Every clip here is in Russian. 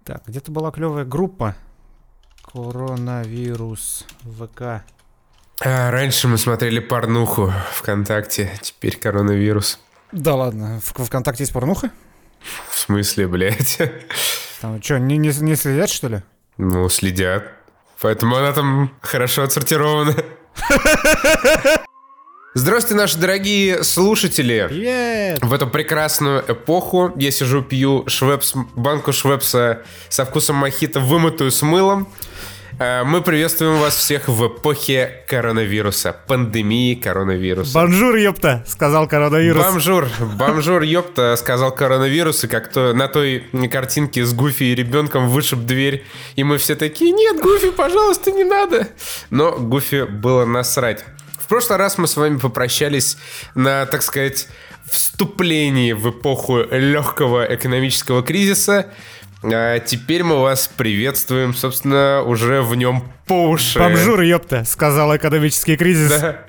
Так, где-то была клевая группа. Коронавирус ВК. Раньше мы смотрели порнуху ВКонтакте, теперь коронавирус. Да ладно, в ВКонтакте есть порнуха? В смысле, блядь? Там что, не следят, что ли? Ну, следят. Поэтому она там хорошо отсортирована. Здравствуйте, наши дорогие слушатели. Привет! В эту прекрасную эпоху я сижу, пью банку швепса со вкусом мохито, вымытую с мылом. Мы приветствуем вас всех в эпохе коронавируса, пандемии коронавируса. Бонжур, ёпта, сказал коронавирус. Бомжур, ёпта, сказал коронавирус. И как то на той картинке с Гуфи и ребенком вышиб дверь. И мы все такие: нет, Гуфи, пожалуйста, не надо. Но Гуфи было насрать. В прошлый раз мы с вами попрощались на, так сказать, вступлении в эпоху легкого экономического кризиса. А теперь мы вас приветствуем, собственно, уже в нем по уши. Бомжур, ёпта, сказал экономический кризис. Да.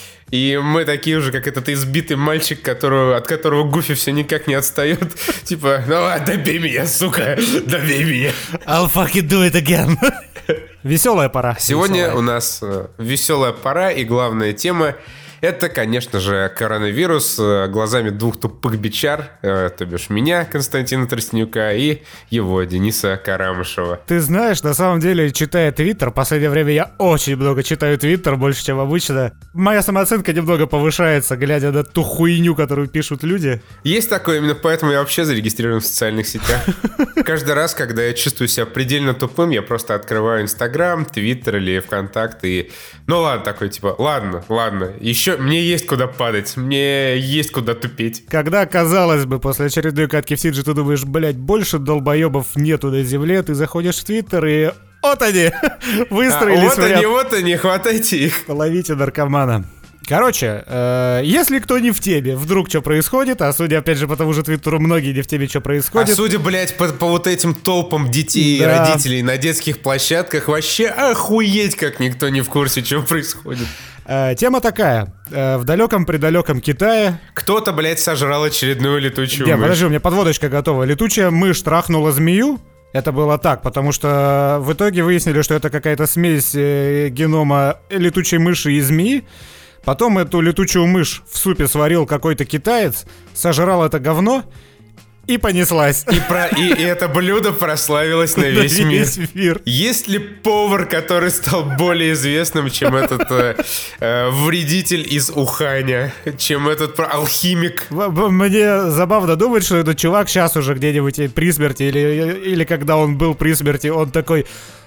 И мы такие уже, как этот избитый мальчик, от которого Гуфи все никак не отстает. Типа, ну ладно, добей меня, сука, добей меня. I'll fucking do it again. Веселая пора. Сегодня у нас веселая пора, и главная тема — это, конечно же, коронавирус глазами двух тупых бичар, то бишь меня, Константина Тростенюка, и его, Дениса Карамышева. Ты знаешь, на самом деле, читая Твиттер, в последнее время я очень много читаю Твиттер, больше, чем обычно. Моя самооценка немного повышается, глядя на ту хуйню, которую пишут люди. Есть такое, именно поэтому я вообще зарегистрирован в социальных сетях. Каждый раз, когда я чувствую себя предельно тупым, я просто открываю Инстаграм, Твиттер или ВКонтакте и... Ну ладно, такой типа, ладно, еще мне есть куда падать, мне есть куда тупеть. Когда, казалось бы, после очередной катки в Сиджи ты думаешь, блять, больше долбоебов нету на земле, ты заходишь в Твиттер и... Вот они! Выстроились. Вот они, хватайте их. Ловите наркомана. Короче, если кто не в теме, вдруг что происходит, а судя, опять же, по тому же Твиттеру, многие не в теме, что происходит. А судя, блядь, по вот этим толпам детей и родителей на детских площадках, вообще охуеть, как никто не в курсе, что происходит. Тема такая. В далеком-предалеком Китае... Кто-то, блядь, сожрал очередную летучую мышь. Подожди, у меня подводочка готова. Летучая мышь трахнула змею. Это было так, потому что в итоге выяснили, что это какая-то смесь генома летучей мыши и змеи. Потом эту летучую мышь в супе сварил какой-то китаец, сожрал это говно и понеслась. И это блюдо прославилось на весь мир. Есть ли повар, который стал более известным, чем этот вредитель из Уханя, чем этот алхимик? Мне забавно думать, что этот чувак сейчас уже где-нибудь при смерти, или когда он был при смерти, он такой...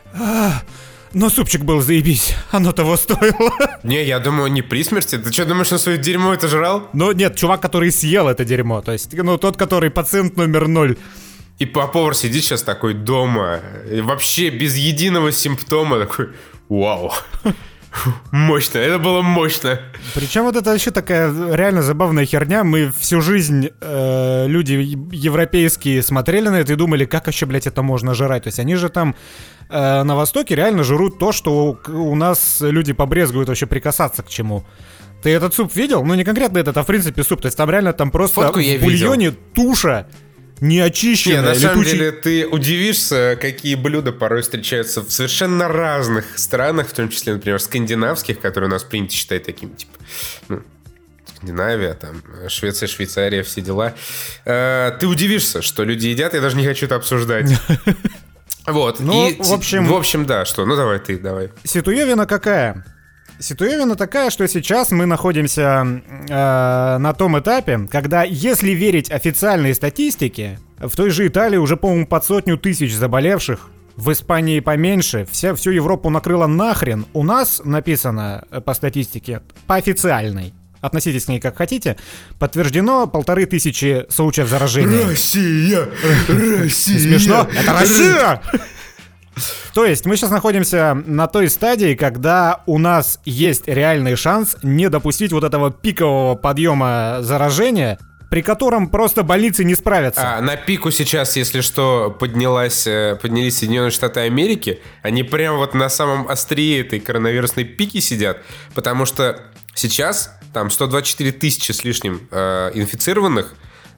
Но супчик был заебись, оно того стоило. Не, я думаю, не при смерти. Ты что, думаешь, он свое дерьмо это жрал? Ну нет, чувак, который съел это дерьмо. То есть, тот, который пациент номер 0. И повар сидит сейчас такой дома, и вообще без единого симптома, такой: вау. Мощно, это было мощно. Причем вот это вообще такая реально забавная херня. Мы всю жизнь, люди европейские, смотрели на это и думали, как вообще, блядь, это можно жрать. То есть они же там на Востоке реально жрут то, что у нас люди побрезгуют вообще прикасаться к чему. Ты этот суп видел? Ну не конкретно этот, а в принципе суп. То есть там реально там просто фотку в бульоне туша неочищенная. Не, на самом деле ты удивишься, какие блюда порой встречаются в совершенно разных странах, в том числе, например, скандинавских, которые у нас принято считать такими, типа, Скандинавия, там, Швеция, Швейцария, все дела. Ты удивишься, что люди едят, я даже не хочу это обсуждать. Вот, ну, и, в общем, да, что, ну давай. Ситуевина какая? Ситуевина такая, что сейчас мы находимся на том этапе, когда, если верить официальной статистике, в той же Италии уже, по-моему, под 100 тысяч заболевших, в Испании поменьше, всю Европу накрыло нахрен. У нас написано по статистике, по официальной, относитесь к ней как хотите, подтверждено 1500 случаев заражения. Россия! Смешно? Это Россия! То есть мы сейчас находимся на той стадии, когда у нас есть реальный шанс не допустить вот этого пикового подъема заражения, при котором просто больницы не справятся. На пику сейчас, если что, поднялись Соединенные Штаты Америки. Они прямо вот на самом острие этой коронавирусной пики сидят, потому что сейчас там 124 тысячи с лишним инфицированных,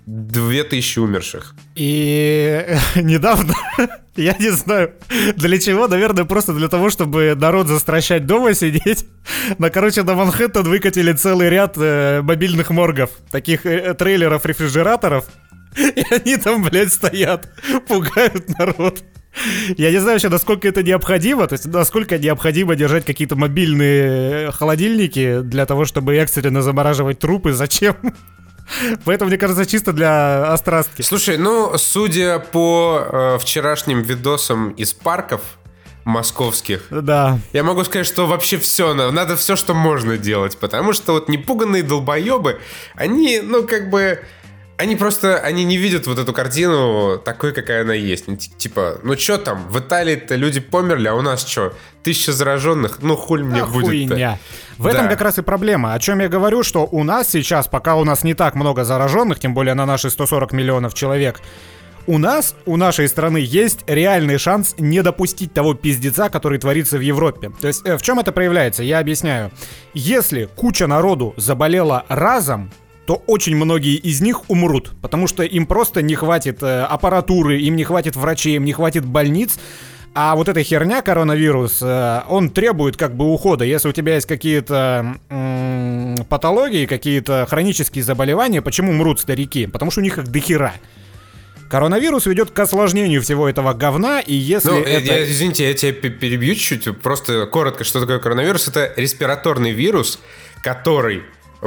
2000 умерших. И недавно, я не знаю, для чего, наверное, просто для того, чтобы народ застращать дома сидеть. На Манхэттен выкатили целый ряд мобильных моргов, таких трейлеров-рефрижераторов. И они там, блядь, стоят, пугают народ. Я не знаю вообще, насколько это необходимо, то есть насколько необходимо держать какие-то мобильные холодильники для того, чтобы экстренно замораживать трупы, зачем? Поэтому, мне кажется, чисто для острастки. Слушай, судя по вчерашним видосам из парков московских, да, я могу сказать, что вообще все, надо все, что можно делать, потому что вот непуганные долбоебы, они, они не видят вот эту картину такой, какая она есть. Типа, что там, в Италии-то люди померли, а у нас что, 1000 зараженных? Хуль мне будет-то. Хуйня. В этом как раз и проблема. О чем я говорю, что у нас сейчас, пока у нас не так много зараженных, тем более на наши 140 миллионов человек, у нашей страны есть реальный шанс не допустить того пиздеца, который творится в Европе. То есть в чем это проявляется? Я объясняю. Если куча народу заболела разом, то очень многие из них умрут, потому что им просто не хватит аппаратуры, им не хватит врачей, им не хватит больниц. А вот эта херня, коронавирус, он требует как бы ухода. Если у тебя есть какие-то патологии, какие-то хронические заболевания, почему мрут старики? Потому что у них их дохера. Коронавирус ведет к осложнению всего этого говна, и если извините, я тебя перебью чуть-чуть, просто коротко, что такое коронавирус? Это респираторный вирус, который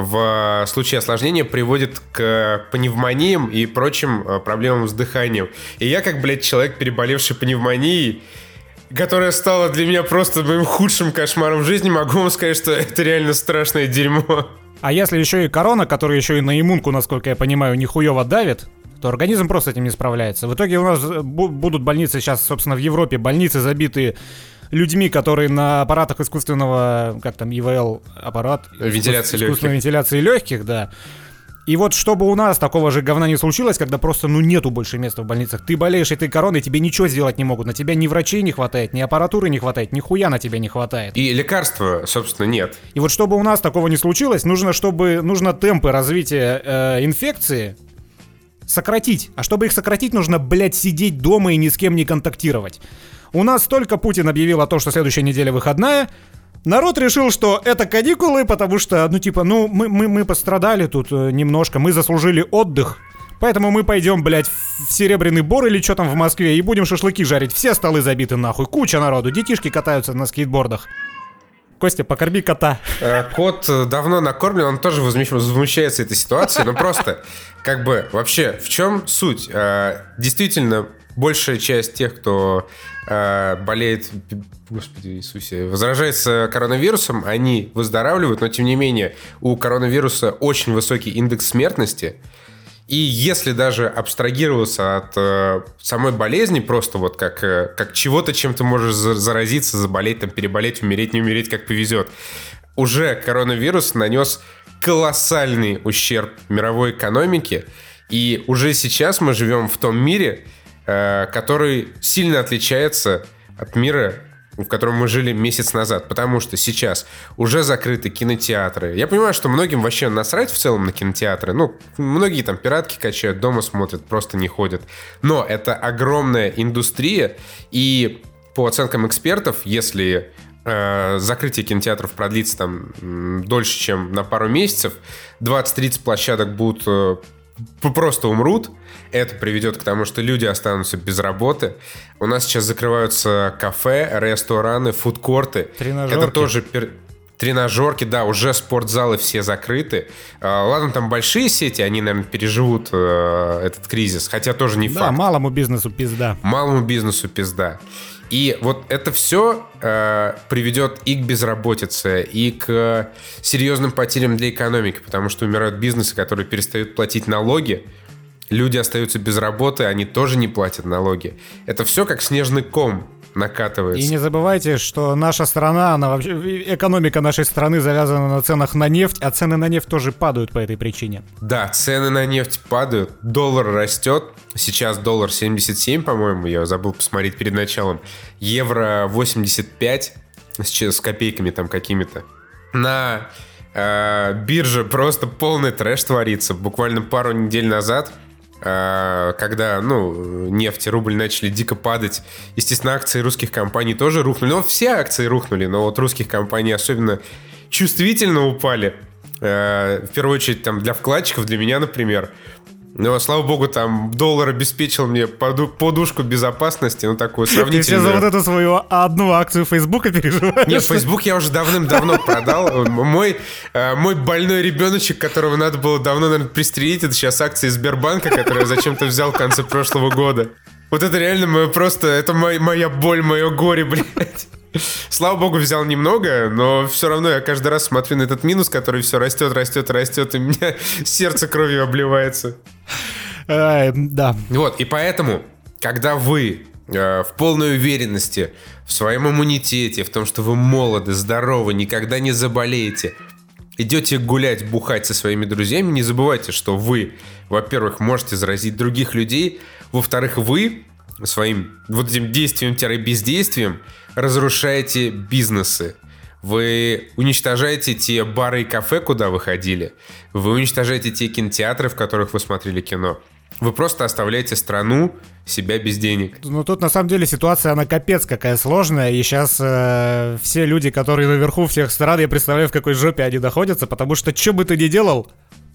в случае осложнения приводит к пневмониям и прочим проблемам с дыханием. И я, как, человек, переболевший пневмонией, которая стала для меня просто моим худшим кошмаром в жизни, могу вам сказать, что это реально страшное дерьмо. А если еще и корона, которая еще и на иммунку, насколько я понимаю, нихуево давит, то организм просто с этим не справляется. В итоге у нас будут больницы сейчас, собственно, в Европе, больницы забиты людьми, которые на аппаратах искусственного, как там, ИВЛ аппарат, искусственной вентиляции легких, да. И вот чтобы у нас такого же говна не случилось, когда просто, нету больше места в больницах, ты болеешь этой короной, тебе ничего сделать не могут, на тебя ни врачей не хватает, ни аппаратуры не хватает, ни хуя на тебя не хватает. И лекарства, собственно, нет. И вот чтобы у нас такого не случилось, нужно темпы развития инфекции сократить. А чтобы их сократить, нужно, сидеть дома и ни с кем не контактировать. У нас только Путин объявил о том, что следующая неделя выходная. Народ решил, что это каникулы, потому что, мы пострадали тут немножко, мы заслужили отдых. Поэтому мы пойдем, в Серебряный Бор или что там в Москве и будем шашлыки жарить. Все столы забиты нахуй, куча народу, детишки катаются на скейтбордах. Костя, покорми кота. Кот давно накормлен, он тоже возмущается этой ситуацией, но просто, вообще, в чем суть? Действительно, большая часть тех, кто болеет, Господи Иисусе, заражается коронавирусом, они выздоравливают, но тем не менее у коронавируса очень высокий индекс смертности. И если даже абстрагироваться от самой болезни, просто как чего-то, чем ты можешь заразиться, заболеть, переболеть, умереть, не умереть, как повезет, уже коронавирус нанес колоссальный ущерб мировой экономике. И уже сейчас мы живем в том мире, который сильно отличается от мира, в котором мы жили месяц назад, потому что сейчас уже закрыты кинотеатры. Я понимаю, что многим вообще насрать в целом на кинотеатры. Многие там пиратки качают, дома смотрят, просто не ходят. Но это огромная индустрия, и по оценкам экспертов, если закрытие кинотеатров продлится дольше, чем на пару месяцев, 20-30 площадок будут просто умрут. Это приведет к тому, что люди останутся без работы. У нас сейчас закрываются кафе, рестораны, фудкорты. Тренажерки. Это тоже тренажерки, да, уже спортзалы все закрыты. Ладно, там большие сети, они, наверное, переживут этот кризис, хотя тоже не факт. Да, малому бизнесу пизда. Малому бизнесу пизда. И вот это все приведет и к безработице, и к серьезным потерям для экономики, потому что умирают бизнесы, которые перестают платить налоги. Люди остаются без работы, они тоже не платят налоги. Это все как снежный ком накатывается. И не забывайте, что наша страна, экономика нашей страны завязана на ценах на нефть, а цены на нефть тоже падают по этой причине. Да, цены на нефть падают, доллар растет. Сейчас доллар 77, по-моему, я забыл посмотреть перед началом. Евро 85 с копейками там какими-то. На бирже просто полный трэш творится. Буквально пару недель назад когда, нефть и рубль начали дико падать, естественно, акции русских компаний тоже рухнули. Но все акции рухнули, но вот русских компаний особенно чувствительно упали. В первую очередь, там, для вкладчиков, для меня, например. Но, слава богу, там доллар обеспечил мне подушку безопасности, такую сравнительную. Ты сейчас за вот эту свою одну акцию Фейсбука переживаешь? Нет, Фейсбук я уже давным-давно продал. Мой больной ребеночек, которого надо было давно, наверное, пристрелить, это сейчас акции Сбербанка, которые я зачем-то взял в конце прошлого года. Вот это реально это моя боль, мое горе, блядь. Слава богу, взял немного, но все равно я каждый раз смотрю на этот минус, который все растет, и у меня сердце кровью обливается. Да. Вот, и поэтому, когда вы в полной уверенности в своем иммунитете, в том, что вы молоды, здоровы, никогда не заболеете, идете гулять, бухать со своими друзьями, не забывайте, что вы, во-первых, можете заразить других людей, во-вторых, вы своим вот этим действием-бездействием разрушаете бизнесы. Вы уничтожаете те бары и кафе, куда вы ходили. Вы уничтожаете те кинотеатры, в которых вы смотрели кино. Вы просто оставляете страну, себя без денег. Тут на самом деле ситуация, она капец какая сложная. И сейчас все люди, которые наверху всех стран, я представляю, в какой жопе они находятся. Потому что что бы ты ни делал,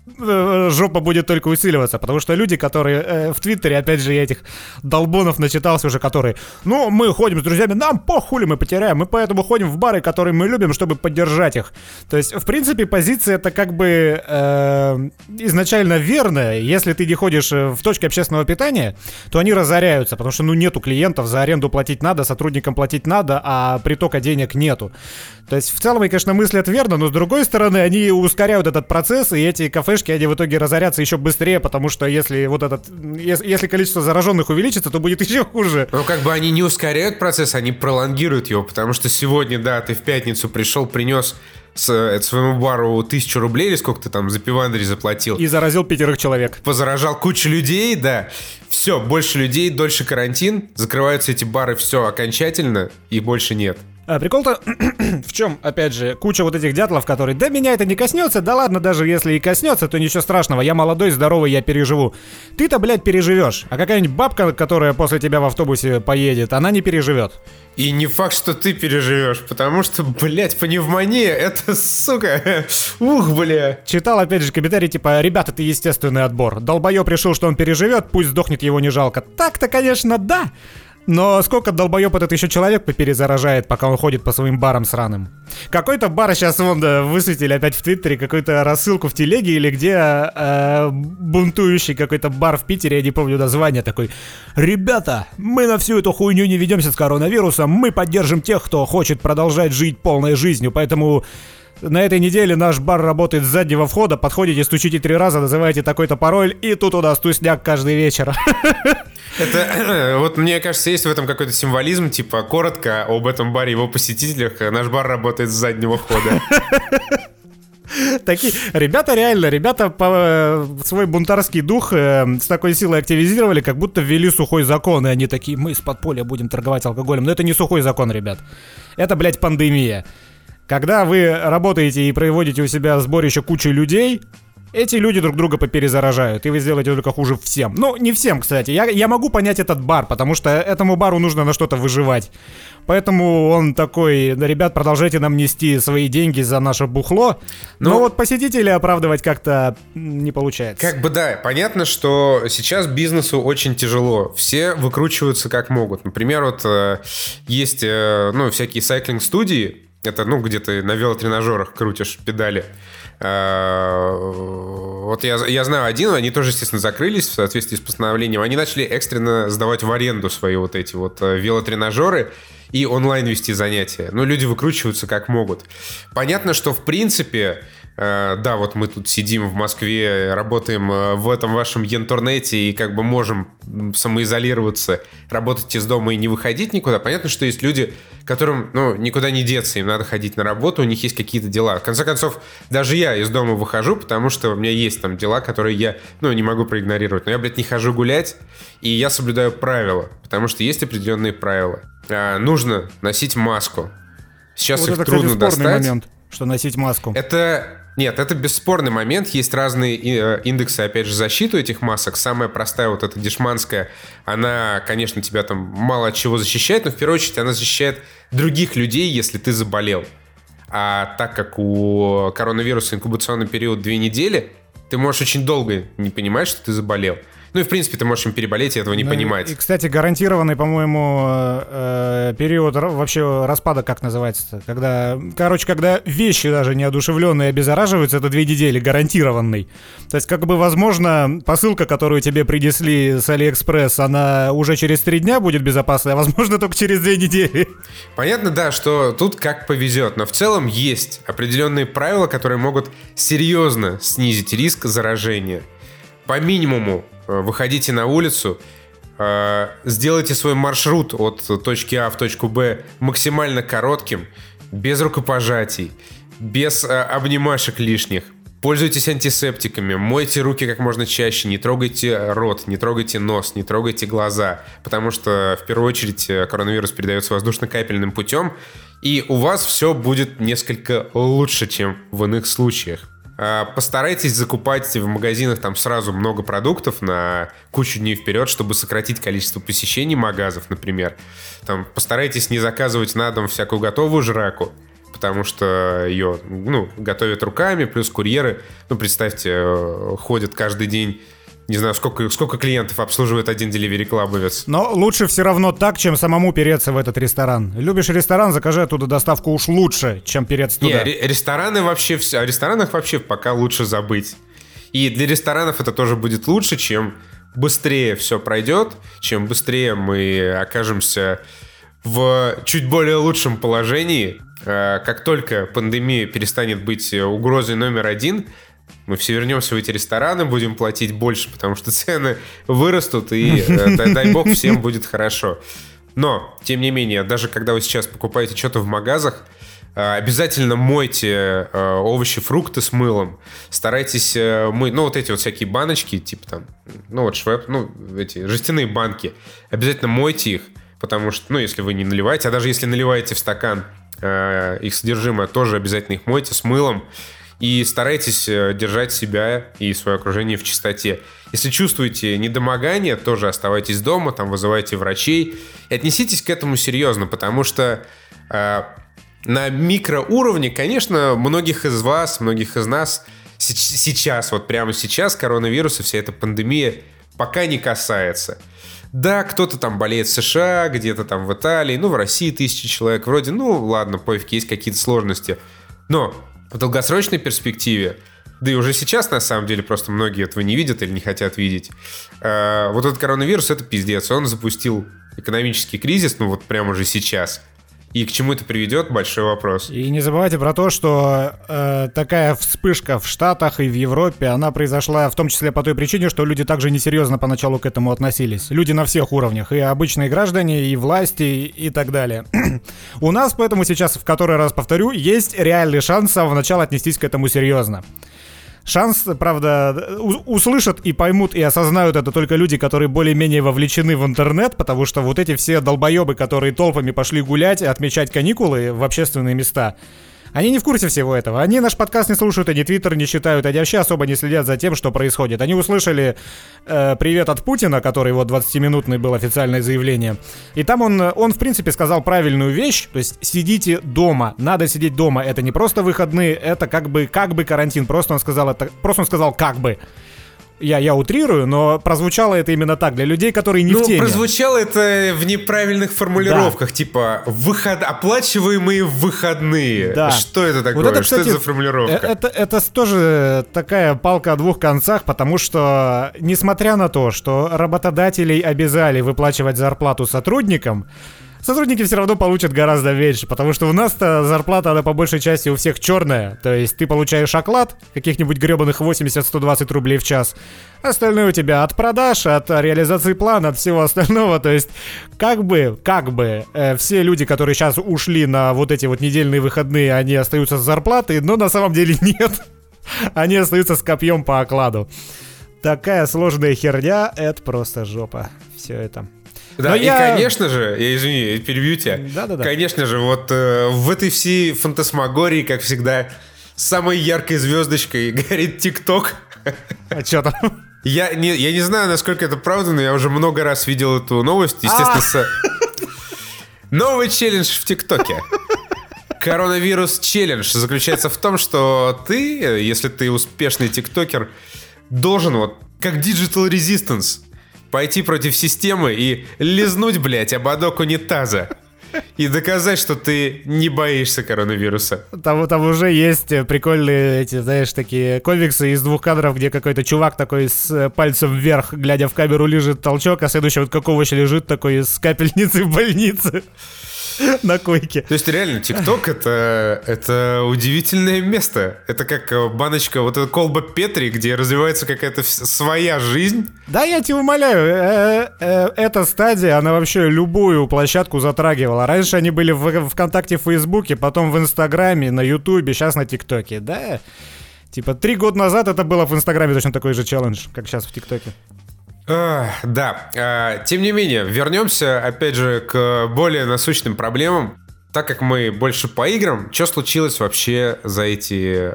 жопа будет только усиливаться, потому что люди, которые в Твиттере, опять же, я этих долбонов начитался уже, которые, мы ходим с друзьями, нам похули, мы потеряем, мы поэтому ходим в бары, которые мы любим, чтобы поддержать их. То есть, в принципе, позиция это как бы изначально верная. Если ты не ходишь в точки общественного питания, то они разоряются, потому что, нету клиентов, за аренду платить надо, сотрудникам платить надо, а притока денег нету. То есть, в целом, они, конечно, мыслят верно, но с другой стороны, они ускоряют этот процесс, и эти кафешки, они в итоге разорятся еще быстрее, потому что если если количество зараженных увеличится, то будет еще хуже. Они не ускоряют процесс, они пролонгируют его, потому что сегодня, да, ты в пятницу пришел, принес своему бару 1000 рублей или сколько ты там за пивандри заплатил. И заразил 5 человек. Позаражал кучу людей, да. Все, больше людей, дольше карантин, закрываются эти бары, все, окончательно, их больше нет. Прикол-то в чем, опять же, куча вот этих дятлов, которые, да меня это не коснется, да ладно, даже если и коснется, то ничего страшного, я молодой, здоровый, я переживу. Ты-то, блядь, переживешь, а какая-нибудь бабка, которая после тебя в автобусе поедет, она не переживет. И не факт, что ты переживешь, потому что, блядь, пневмония, это, сука, бля. Читал, опять же, комментарий типа, ребята, это естественный отбор. Долбоёб решил, что он переживет, пусть сдохнет, его не жалко. Так-то, конечно, да. Но сколько долбоёб этот еще человек поперезаражает, пока он ходит по своим барам сраным? Какой-то бар сейчас высветили опять в Твиттере, какую-то рассылку в телеге или где бунтующий какой-то бар в Питере, я не помню название, такой: ребята, мы на всю эту хуйню не ведемся с коронавирусом, мы поддержим тех, кто хочет продолжать жить полной жизнью, поэтому... На этой неделе наш бар работает с заднего входа, подходите, стучите 3 раза, называете такой-то пароль, и тут у нас тусняк каждый вечер. Это, вот мне кажется, есть в этом какой-то символизм, типа, коротко об этом баре, его посетителях. Наш бар работает с заднего входа. Такие ребята свой бунтарский дух с такой силой активизировали, как будто ввели сухой закон, и они такие: мы из подполья будем торговать алкоголем. Но это не сухой закон, ребят. Это, блядь, пандемия. Когда вы работаете и проводите у себя сборище кучи людей, эти люди друг друга поперезаражают, и вы сделаете только хуже всем. Не всем, кстати. Я могу понять этот бар, потому что этому бару нужно на что-то выживать. Поэтому он такой: ребят, продолжайте нам нести свои деньги за наше бухло. Но вот посетителей оправдывать как-то не получается. Да, понятно, что сейчас бизнесу очень тяжело. Все выкручиваются как могут. Например, вот есть всякие сайклинг-студии. Это, где ты на велотренажерах крутишь педали. Вот я знаю один, они тоже, естественно, закрылись в соответствии с постановлением. Они начали экстренно сдавать в аренду свои вот эти вот велотренажеры и онлайн вести занятия. Люди выкручиваются как могут. Понятно, что в принципе... Да, вот мы тут сидим в Москве, работаем в этом вашем Янторнете и как бы можем самоизолироваться, работать из дома и не выходить никуда. Понятно, что есть люди, которым, никуда не деться, им надо ходить на работу, у них есть какие-то дела. В конце концов, даже я из дома выхожу, потому что у меня есть там дела, которые я, не могу проигнорировать. Но я, блядь, не хожу гулять, и я соблюдаю правила, потому что есть определенные правила. Нужно носить маску. Сейчас вот их это, трудно, кстати, достать. Момент, что носить маску. Это Нет, это бесспорный момент. Есть разные индексы, опять же, защиты этих масок. Самая простая, вот эта дешманская, она, конечно, тебя там мало от чего защищает, но в первую очередь она защищает других людей, если ты заболел. А так как у коронавируса инкубационный период 2 недели, ты можешь очень долго не понимать, что ты заболел. Ну и, в принципе, ты можешь им переболеть и этого не понимать. И, кстати, гарантированный, по-моему, период вообще распада, как называется-то? Когда вещи даже неодушевленные обеззараживаются, это 2 недели, гарантированный. То есть, как бы, возможно, посылка, которую тебе принесли с Алиэкспресс, она уже через 3 дня будет безопасной, а возможно, только через 2 недели. Понятно, да, что тут как повезет, но в целом есть определенные правила, которые могут серьезно снизить риск заражения. По минимуму выходите на улицу, сделайте свой маршрут от точки А в точку Б максимально коротким, без рукопожатий, без обнимашек лишних. Пользуйтесь антисептиками, мойте руки как можно чаще, не трогайте рот, не трогайте нос, не трогайте глаза, потому что в первую очередь коронавирус передается воздушно-капельным путем, и у вас все будет несколько лучше, чем в иных случаях. Постарайтесь закупать в магазинах там сразу много продуктов на кучу дней вперед, чтобы сократить количество посещений магазов, например. Там, постарайтесь не заказывать на дом всякую готовую жраку, потому что ее готовят руками, плюс курьеры, представьте, ходят каждый день. Не знаю, сколько клиентов обслуживает один деливери-клабовец. Но лучше все равно так, чем самому переться в этот ресторан. Любишь ресторан, закажи оттуда доставку уж лучше, чем переться туда. О ресторанах вообще пока лучше забыть. И для ресторанов это тоже будет лучше, чем быстрее все пройдет, чем быстрее мы окажемся в чуть более лучшем положении. Как только пандемия перестанет быть угрозой номер 1, мы все вернемся в эти рестораны, будем платить больше, потому что цены вырастут, и дай бог всем будет хорошо. Но, тем не менее, даже когда вы сейчас покупаете что-то в магазах, обязательно мойте овощи, фрукты с мылом. Старайтесь мыть, вот эти вот всякие баночки, типа там, эти жестяные банки. Обязательно мойте их, потому что, если вы не наливаете, а даже если наливаете в стакан их содержимое, тоже обязательно их мойте с мылом. И старайтесь держать себя и свое окружение в чистоте. Если чувствуете недомогание, тоже оставайтесь дома, там вызывайте врачей. И отнеситесь к этому серьезно, потому что на микроуровне, конечно, многих из вас, многих из нас сейчас, вот прямо сейчас коронавирус и вся эта пандемия пока не касается. Да, кто-то там болеет в США, где-то там в Италии, в России 1000 человек. Вроде, ладно, пофиг, есть какие-то сложности. Но в долгосрочной перспективе, да и уже сейчас, на самом деле, просто многие этого не видят или не хотят видеть, вот этот коронавирус — это пиздец. Он запустил экономический кризис, прямо уже сейчас. И к чему это приведет — большой вопрос. И не забывайте про то, что такая вспышка в Штатах и в Европе, она произошла в том числе по той причине, что люди также несерьезно поначалу к этому относились. Люди на всех уровнях, и обычные граждане, и власти, и так далее. У нас поэтому сейчас, в который раз повторю, есть реальный шанс с самого начала отнестись к этому серьезно. Шанс, правда, услышат и поймут и осознают это только люди, которые более-менее вовлечены в интернет, потому что вот эти все долбоебы, которые толпами пошли гулять и отмечать каникулы в общественные места, они не в курсе всего этого. Они наш подкаст не слушают, они Твиттер не читают, они вообще особо не следят за тем, что происходит. Они услышали привет от Путина, который 20-минутный был официальное заявление. И там он в принципе сказал правильную вещь, то есть сидите дома, надо сидеть дома. Это не просто выходные, это как бы карантин. Просто он сказал как бы. Я утрирую, но прозвучало это именно так, для людей, которые не в теме. Прозвучало это в неправильных формулировках, да. Типа оплачиваемые выходные. Да. Что это такое? Кстати, что это за формулировка? Это тоже такая палка о двух концах, потому что, несмотря на то, что работодателей обязали выплачивать зарплату сотрудникам, сотрудники все равно получат гораздо меньше, потому что у нас-то зарплата, она по большей части у всех черная. То есть ты получаешь оклад, каких-нибудь гребаных 80-120 рублей в час. Остальное у тебя от продаж, от реализации плана, от всего остального. То есть как бы все люди, которые сейчас ушли на вот эти вот недельные выходные, они остаются с зарплатой, но на самом деле нет. Они остаются с копьем по окладу. Такая сложная херня, это просто жопа. Все это. Да, но конечно же, перебью тебя. Да. Конечно же, в этой всей фантасмагории, как всегда, самой яркой звездочкой горит ТикТок. А что там? Я не знаю, насколько это правда, но я уже много раз видел эту новость. Естественно, новый челлендж в ТикТоке. Коронавирус челлендж заключается в том, что ты, если ты успешный тиктокер, должен вот как Digital Resistance пойти против системы и лизнуть, блядь, ободок унитаза. И доказать, что ты не боишься коронавируса. Там уже есть прикольные эти, знаешь, такие комиксы из 2 кадров, где какой-то чувак такой с пальцем вверх, глядя в камеру, лежит толчок, а следующий вот как овощ лежит такой с капельницей в больнице на койке. То есть реально ТикТок это удивительное место. Это как баночка, вот эта колба Петри, где развивается какая-то своя жизнь. Да, я тебя умоляю, эта стадия, она вообще любую площадку затрагивала. Раньше они были в ВКонтакте, в Фейсбуке, потом в Инстаграме, на Ютубе, сейчас на ТикТоке. Да, типа 3 года назад это было в Инстаграме точно такой же челлендж, как сейчас в ТикТоке. Да, тем не менее, вернемся опять же к более насущным проблемам. Так как мы больше по играм, что случилось вообще за эти...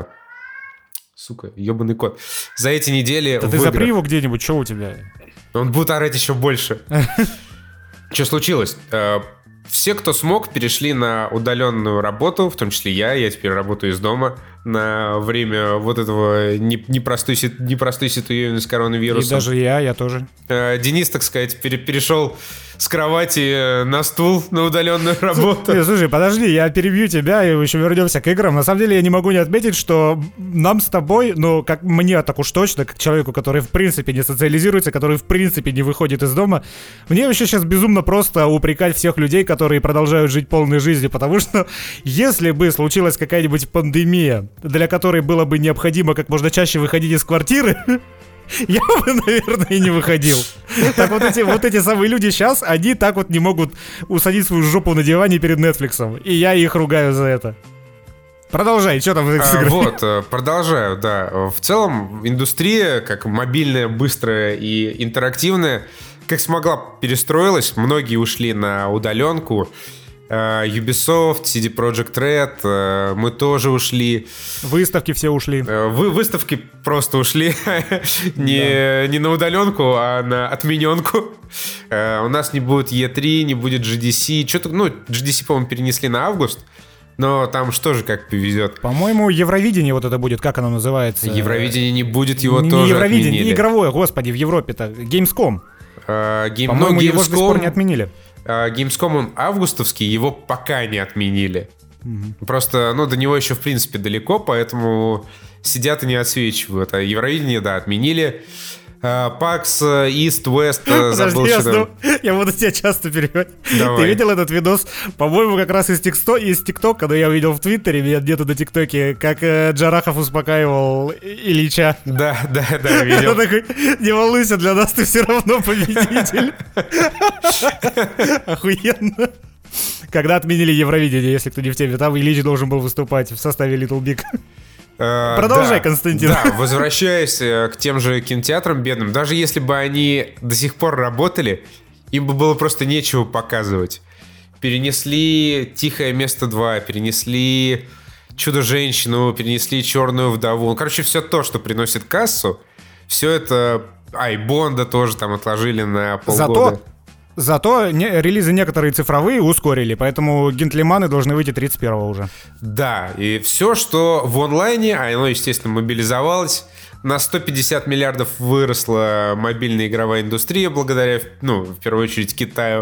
сука, ебаный кот. За эти недели да в ты играх. Запри его где-нибудь, что у тебя? Он будет орать еще больше. Что случилось? Все, кто смог, перешли на удаленную работу, в том числе я теперь работаю из дома на время вот этого непростой ситуации с коронавирусом. И даже я тоже. Денис, так сказать, перешел с кровати на стул на удаленную работу. Слушай, подожди, я перебью тебя и еще вернемся к играм. На самом деле я не могу не отметить, что нам с тобой, ну, как мне так уж точно, как человеку, который в принципе не социализируется, который в принципе не выходит из дома, мне вообще сейчас безумно просто упрекать всех людей, которые продолжают жить полной жизнью, потому что если бы случилась какая-нибудь пандемия, для которой было бы необходимо как можно чаще выходить из квартиры, я бы, наверное, и не выходил. Так вот эти самые люди сейчас, они так вот не могут усадить свою жопу на диване перед Netflix'ом. И я их ругаю за это. Продолжай, что там с игрой? Вот, продолжаю, да. В целом, индустрия, как мобильная, быстрая и интерактивная, как смогла, перестроилась. Многие ушли на удаленку. Ubisoft, CD Projekt Red, мы тоже ушли. Выставки все ушли. Выставки просто ушли. Не на удаленку, а на отмененку. У нас не будет E3, не будет GDC. Что-то, GDC, по-моему, перенесли на август. Но там что же как повезет. По-моему, Евровидение вот это будет, как оно называется? Евровидение не будет, его не тоже Евровидение, отменили. Не игровое, господи, в Европе-то. Gamescom. По-моему, его до сих пор не отменили. Gamescom, он августовский, его пока не отменили. Просто, до него еще, в принципе, далеко, поэтому сидят и не отсвечивают. А Евровидение, да, отменили. PAX, East, West, забыл, что там. Я буду тебя часто перебивать. Давай. Ты видел этот видос? По-моему, как раз из ТикТока, но я увидел в Твиттере, меня где-то на ТикТоке, как Джарахов успокаивал Ильича. Да, видел. Он такой: не волнуйся, для нас ты все равно победитель. Охуенно. Когда отменили Евровидение, если кто не в теме, там Ильич должен был выступать в составе Little Big. Продолжай, Константин. Да, возвращаясь к тем же кинотеатрам бедным, даже если бы они до сих пор работали, им бы было просто нечего показывать. Перенесли «Тихое место 2», перенесли «Чудо-женщину», перенесли «Черную вдову». Короче, все то, что приносит кассу, все это... и Бонда тоже там отложили на полгода. Зато релизы некоторые цифровые ускорили, поэтому «Гентлеманы» должны выйти 31-го уже. Да, и все, что в онлайне, оно, естественно, мобилизовалось. На 150 миллиардов выросла мобильная игровая индустрия благодаря, в первую очередь, Китаю.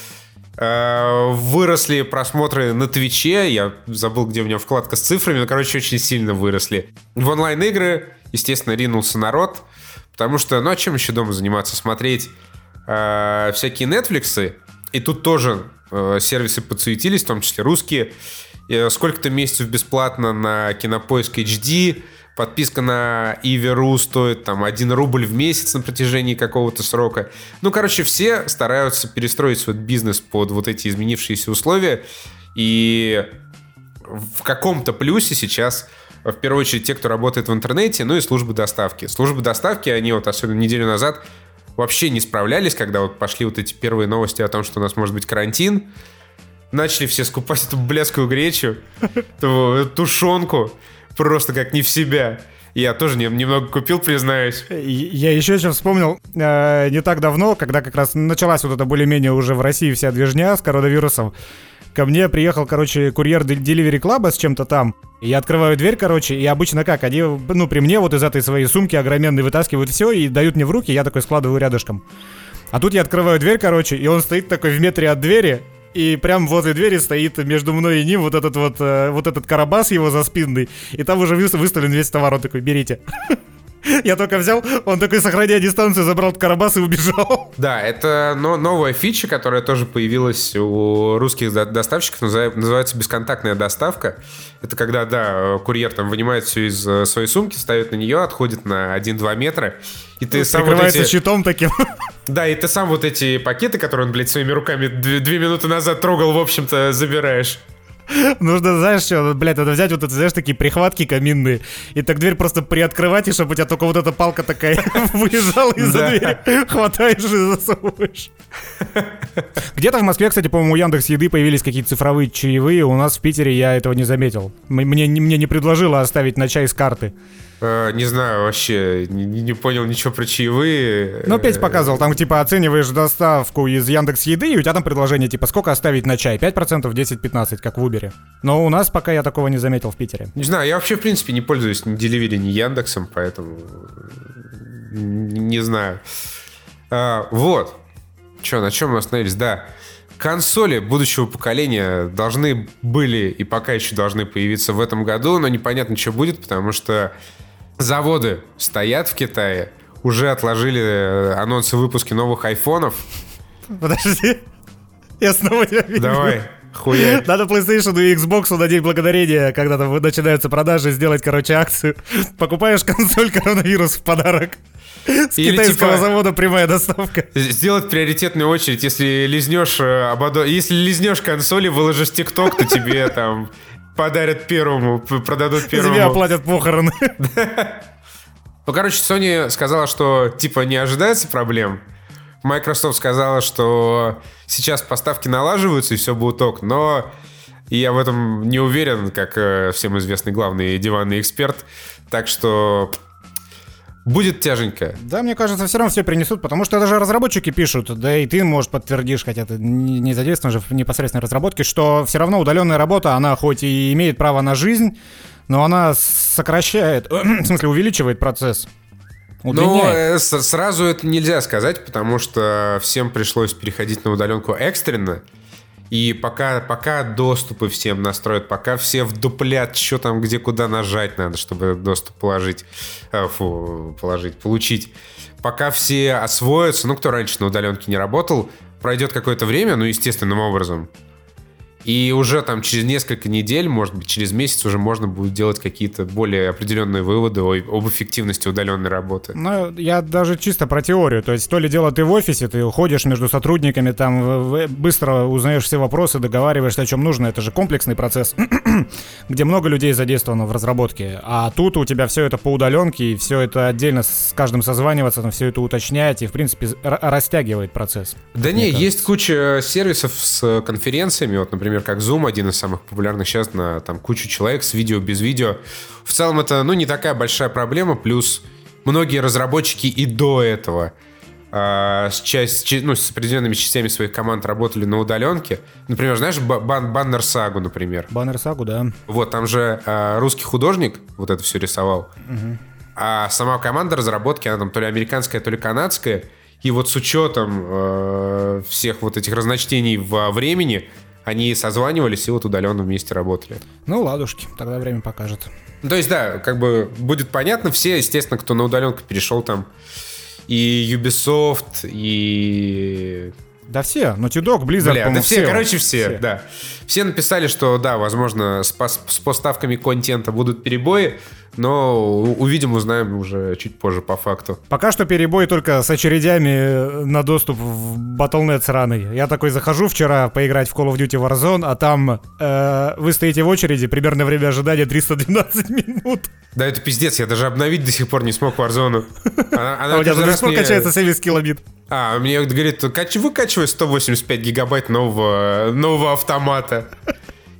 Выросли просмотры на Твиче. Я забыл, где у меня вкладка с цифрами, но, очень сильно выросли. В онлайн-игры, естественно, ринулся народ, потому что, а чем еще дома заниматься? Смотреть всякие Netflix'ы, и тут тоже сервисы подсуетились, в том числе русские. Сколько-то месяцев бесплатно на Кинопоиск HD, подписка на Иви.ру стоит там 1 рубль в месяц на протяжении какого-то срока. Все стараются перестроить свой бизнес под вот эти изменившиеся условия, и в каком-то плюсе сейчас в первую очередь те, кто работает в интернете, и службы доставки. Службы доставки, они особенно неделю назад вообще не справлялись, когда пошли эти первые новости о том, что у нас может быть карантин. Начали все скупать эту блядскую гречу, эту тушенку. просто как не в себя. Я тоже немного купил, признаюсь. Я еще сейчас вспомнил, не так давно, когда как раз началась вот эта более-менее уже в России вся движня с коронавирусом, ко мне приехал, курьер Delivery Club с чем-то там. Я открываю дверь, и обычно как, они, при мне вот из этой своей сумки огроменной вытаскивают все и дают мне в руки, я такой складываю рядышком. А тут я открываю дверь, и он стоит такой в метре от двери, и прям возле двери стоит между мной и ним вот этот карабас его заспинный, и там уже выставлен весь товар, он такой, берите. Я только взял, он такой, сохраняя дистанцию, забрал карабас и убежал. Да, это новая фича, которая тоже появилась у русских доставщиков, называется бесконтактная доставка. Это когда, да, курьер там вынимает все из своей сумки, ставит на нее, отходит на 1-2 метра, и ты сам прикрывается щитом таким. Да, и ты сам вот эти пакеты, которые он, блядь, своими руками 2 минуты назад трогал, в общем-то, забираешь. Нужно, знаешь, что, надо взять вот это, знаешь, такие прихватки каминные, и так дверь просто приоткрывать, и чтобы у тебя только вот эта палка такая выезжала из-за двери, хватаешь и засовываешь. Где-то в Москве, кстати, по-моему, у Яндекс.Еды появились какие-то цифровые чаевые, у нас в Питере я этого не заметил. Мне не предложило оставить на чай с карты. Не знаю, вообще не понял ничего про чаевые. Петь показывал, там типа оцениваешь доставку из Яндекс.Еды, и у тебя там предложение типа сколько оставить на чай, 5%, 10-15, как в Uber. Но у нас пока я такого не заметил в Питере. Не знаю, я вообще в принципе не пользуюсь ни Delivery, ни Яндексом, поэтому не знаю. Вот. На чем мы остановились? Да. Консоли будущего поколения должны были и пока еще должны появиться в этом году, но непонятно, что будет, потому что заводы стоят в Китае, уже отложили анонсы выпуска новых айфонов. Подожди, я снова тебя видел. Давай, хуя. Надо PlayStation и Xbox на День Благодарения, когда там начинаются продажи, сделать, акцию. Покупаешь консоль, коронавирус в подарок. С или китайского типа, завода прямая доставка. Сделать приоритетную очередь. Если лизнешь консоли, выложишь ТикТок, то тебе там подарят первому, продадут первому. Тебе оплатят похороны. Sony сказала, что типа не ожидается проблем. Microsoft сказала, что сейчас поставки налаживаются и все будет ок. Но я в этом не уверен, как всем известный главный диванный эксперт. Так что будет тяженько. Да, мне кажется, все равно все принесут, потому что даже разработчики пишут, да и ты, может, подтвердишь, хотя ты не задействован же в непосредственной разработке, что все равно удаленная работа, она хоть и имеет право на жизнь, но она сокращает, в смысле увеличивает процесс. Но сразу это нельзя сказать, потому что всем пришлось переходить на удаленку экстренно. И пока доступы всем настроят, пока все вдуплят, что там, где, куда нажать надо, чтобы доступ получить. Пока все освоятся, кто раньше на удаленке не работал, пройдет какое-то время, естественным образом. И уже там через несколько недель, может быть, через месяц уже можно будет делать какие-то более определенные выводы об эффективности удаленной работы. Я даже чисто про теорию. То есть то ли дело ты в офисе, ты ходишь между сотрудниками, там быстро узнаешь все вопросы, договариваешься, о чем нужно. Это же комплексный процесс, где много людей задействовано в разработке. А тут у тебя все это по удаленке, и все это отдельно с каждым созваниваться, все это уточнять, и, в принципе, растягивает процесс. Да не, есть куча сервисов с конференциями, например, как Zoom, один из самых популярных сейчас, на там кучу человек с видео, без видео. В целом это, не такая большая проблема, плюс многие разработчики и до этого с определенными частями своих команд работали на удаленке. Например, знаешь, Баннер Сагу, например. Баннер Сагу, да. Вот, там же русский художник вот это все рисовал. Угу. А сама команда разработки, она там то ли американская, то ли канадская. И вот с учетом всех вот этих разночтений во времени, они созванивались и вот удаленно вместе работали. Ладушки, тогда время покажет. То есть, да, будет понятно. Все, естественно, кто на удаленку перешел там, и Ubisoft, и... Да все, Naughty Dog, Blizzard, да все, да. Все написали, что, да, возможно, с поставками контента будут перебои, но увидим, узнаем уже чуть позже по факту. Пока что перебой только с очередями на доступ в Battle.net сраный. Я такой захожу вчера поиграть в Call of Duty Warzone, а там вы стоите в очереди, примерно время ожидания 312 минут. Да это пиздец, я даже обновить до сих пор не смог Warzone. А у тебя до сих пор качается 70 килобит. Мне говорит, выкачивай 185 гигабайт нового автомата.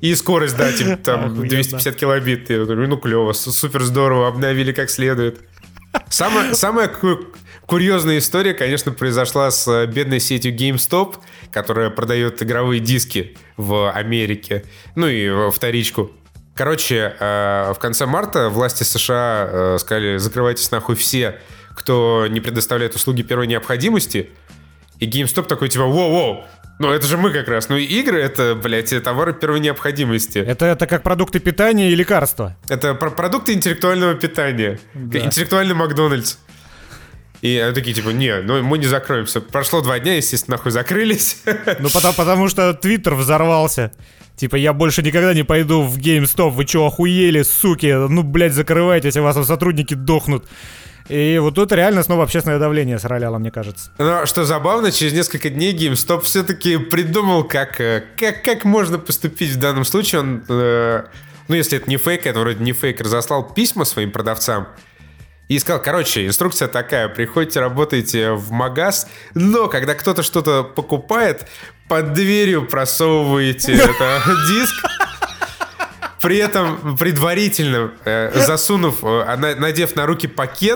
И скорость, да, типа там 250 килобит. Я говорю, ну клево, супер здорово, обновили как следует. Самая курьезная история, конечно, произошла с бедной сетью GameStop, которая продает игровые диски в Америке, ну и вторичку. Короче, в конце марта власти США сказали, закрывайтесь нахуй все, кто не предоставляет услуги первой необходимости. И GameStop такой, типа, воу-воу, ну это же мы как раз. Ну и игры — это, блядь, товары первой необходимости. Это как продукты питания и лекарства. Это продукты интеллектуального питания. Да. Интеллектуальный Макдональдс. И они такие, типа, не, ну мы не закроемся. Прошло 2 дня, естественно, нахуй закрылись. Ну потому что Твиттер взорвался. Типа, я больше никогда не пойду в GameStop. Вы чё, охуели, суки? Ну, блядь, закрывайтесь, у вас там сотрудники дохнут. И вот тут реально снова общественное давление сраляло, мне кажется. Но что забавно, через несколько дней GameStop все-таки придумал, как можно поступить в данном случае. Он, ну, если это не фейк, это вроде не фейк, разослал письма своим продавцам. И сказал, короче, инструкция такая, приходите, работаете в магаз, но когда кто-то что-то покупает, под дверью просовываете диск, при этом предварительно засунув, надев на руки пакет,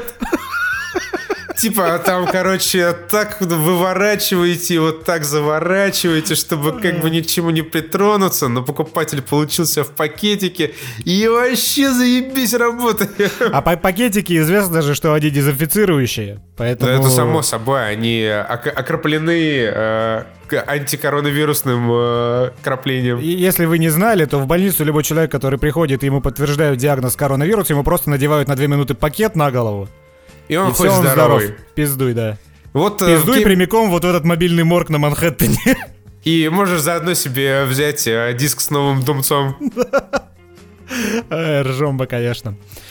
типа там, короче, так выворачиваете, вот так заворачиваете, чтобы как бы ни к чему не притронуться, но покупатель получился в пакетике, и вообще заебись работает. А пакетики известно же, что они дезинфицирующие, поэтому... Да, это само собой, они окроплены антикоронавирусным краплением. И если вы не знали, то в больницу любой человек, который приходит, ему подтверждают диагноз коронавирус, ему просто надевают на 2 минуты пакет на голову. И он хоть здоровый. Пиздуй, да. Вот, пиздуй прямиком вот в этот мобильный морг на Манхэттене. И можешь заодно себе взять диск с новым Думцом. Ржомба, конечно.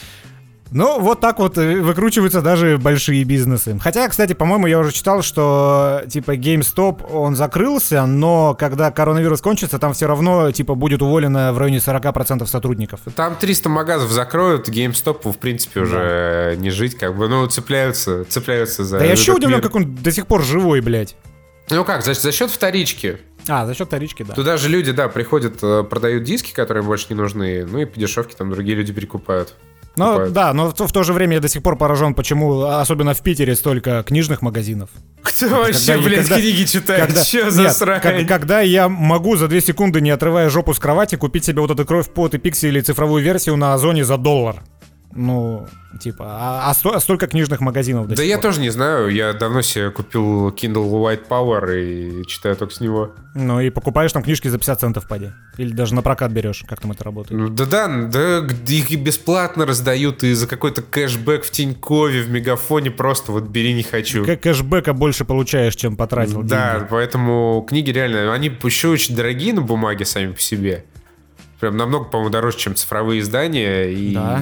Ну, вот так вот выкручиваются даже большие бизнесы. Хотя, кстати, по-моему, я уже читал, что, типа, GameStop, он закрылся, но когда коронавирус кончится, там все равно, типа, будет уволено в районе 40% сотрудников. Там 300 магазов закроют, GameStop, в принципе, уже не жить, как бы, ну, цепляются за... Да я еще удивлен, как он до сих пор живой, блядь. Ну как, за счет вторички. За счет вторички, да. Туда же люди, да, приходят, продают диски, которые им больше не нужны, ну и по дешевке там другие люди перекупают. Ну, да, но в то же время я до сих пор поражен, почему, особенно в Питере, столько книжных магазинов. Кто вообще, блядь, книги читает? Че за срань? Когда я могу за 2 секунды, не отрывая жопу с кровати, купить себе вот эту «Кровь, пот и пиксели» цифровую версию на Озоне за $1. Ну, типа, столько книжных магазинов до сих пор. Да я тоже не знаю, я давно себе купил Kindle White Power и читаю только с него. Ну и покупаешь там книжки за 50 центов, поди. Или даже на прокат берешь, как там это работает. Ну, да, их бесплатно раздают, и за какой-то кэшбэк в Тинькове, в Мегафоне просто вот бери, не хочу. Кэшбэка больше получаешь, чем потратил деньги. Да, поэтому книги реально, они еще очень дорогие на бумаге сами по себе. Прям намного, по-моему, дороже, чем цифровые издания. И... Да.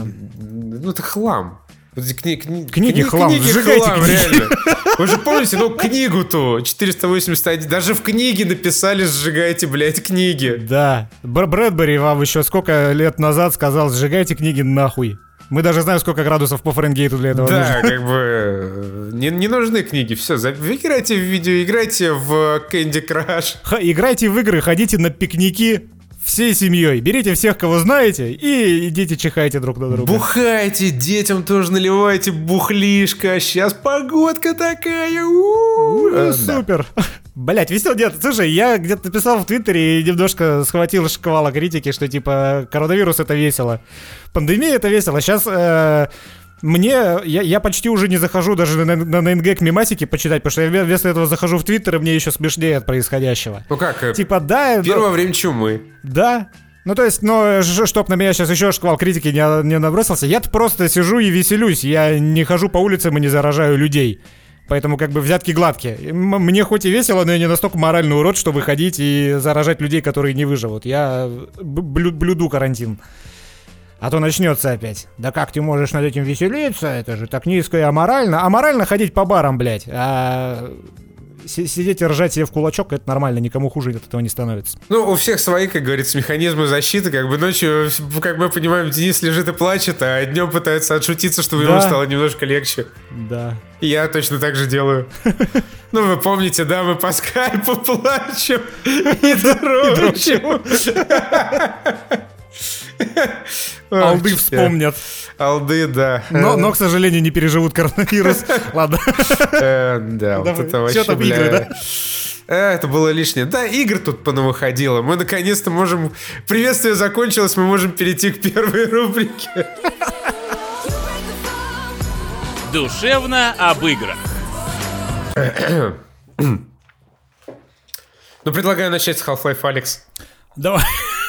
Ну, это хлам. Книги хлам, сжигайте хлам, реально. Вы же помните, книгу-то 481, даже в книге написали «сжигайте, блядь, книги». Да, Брэдбери вам еще сколько лет назад сказал «сжигайте книги нахуй». Мы даже знаем, сколько градусов по Фаренгейту для этого нужно. Да, как бы не нужны книги. Все, играйте в видео, играйте в Candy Crush. Играйте в игры, ходите на пикники всей семьей. Берите всех, кого знаете, и идите чихайте друг на друга. Бухайте, детям тоже наливайте бухлишко. Сейчас погодка такая. Супер. Блять, весело. Нет, слушай, я где-то написал в Твиттере и немножко схватил шквала критики, что типа коронавирус это весело. Пандемия это весело. Сейчас я почти уже не захожу даже на NGAG мемасики почитать, потому что я вместо этого захожу в Твиттер, и мне еще смешнее от происходящего. Ну как? Типа, да. Первое время чумы. Да. Ну, то есть, чтоб на меня сейчас еще шквал критики не набросился, я-то просто сижу и веселюсь. Я не хожу по улицам и не заражаю людей. Поэтому как бы взятки гладкие. Мне хоть и весело, но я не настолько моральный урод, чтобы выходить и заражать людей, которые не выживут. Я блюду карантин. А то начнется опять. Да как ты можешь над этим веселиться? Это же так низко и аморально. Аморально ходить по барам, блядь. А сидеть и ржать себе в кулачок, это нормально, никому хуже от этого не становится. Ну, у всех свои, как говорится, механизмы защиты. Как бы ночью, как мы понимаем, Денис лежит и плачет, а днем пытается отшутиться, чтобы ему стало немножко легче. Да. Я точно так же делаю. Ну, вы помните, да, мы по скайпу плачем и дрочим. Алды вспомнят. Алды, да. Но, к сожалению, не переживут коронавирус. Ладно. Да, вот это вообще, что-то в игры, да? Это было лишнее. Да, игр тут понавыходило. Мы наконец-то можем... Приветствие закончилось, мы можем перейти к первой рубрике. Душевно об играх. Ну, предлагаю начать с Half-Life Alyx. Давай.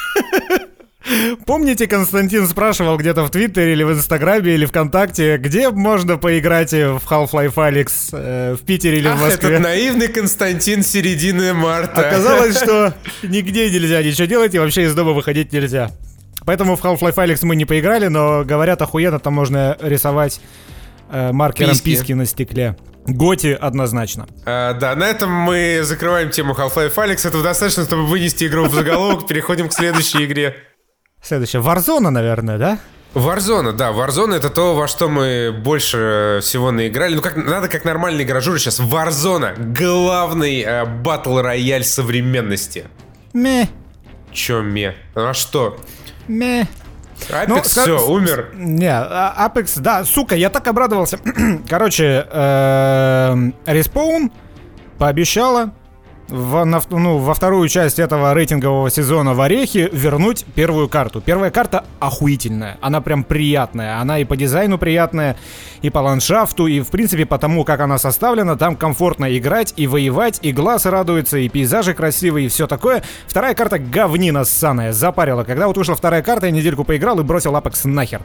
Помните, Константин спрашивал где-то в Твиттере или в Инстаграме или ВКонтакте, где можно поиграть в Half-Life Alyx в Питере или в Москве? Этот наивный Константин середины марта. Оказалось, что нигде нельзя ничего делать и вообще из дома выходить нельзя. Поэтому в Half-Life Alyx мы не поиграли, но говорят, охуенно, там можно рисовать маркером писки на стекле. Готи однозначно. Да, на этом мы закрываем тему Half-Life Alyx. Этого достаточно, чтобы вынести игру в заголовок. Переходим к следующей игре. Следующая. Warzone, наверное, да? Warzone, да. Warzone — это то, во что мы больше всего наиграли. Ну, надо как нормальный игражур сейчас. Warzone — главный батл-рояль современности. Ме. Чё ме? А что? Ме. Apex все, умер. Не, Apex, да, сука, я так обрадовался. Короче, Respawn пообещала во вторую часть этого рейтингового сезона в Орехе вернуть первую карту. Первая карта охуительная, она прям приятная. Она и по дизайну приятная, и по ландшафту, и в принципе по тому, как она составлена. Там комфортно играть и воевать, и глаз радуется, и пейзажи красивые, и все такое. Вторая карта говнина ссаная, запарила. Когда вот вышла вторая карта, я недельку поиграл и бросил Apex нахер.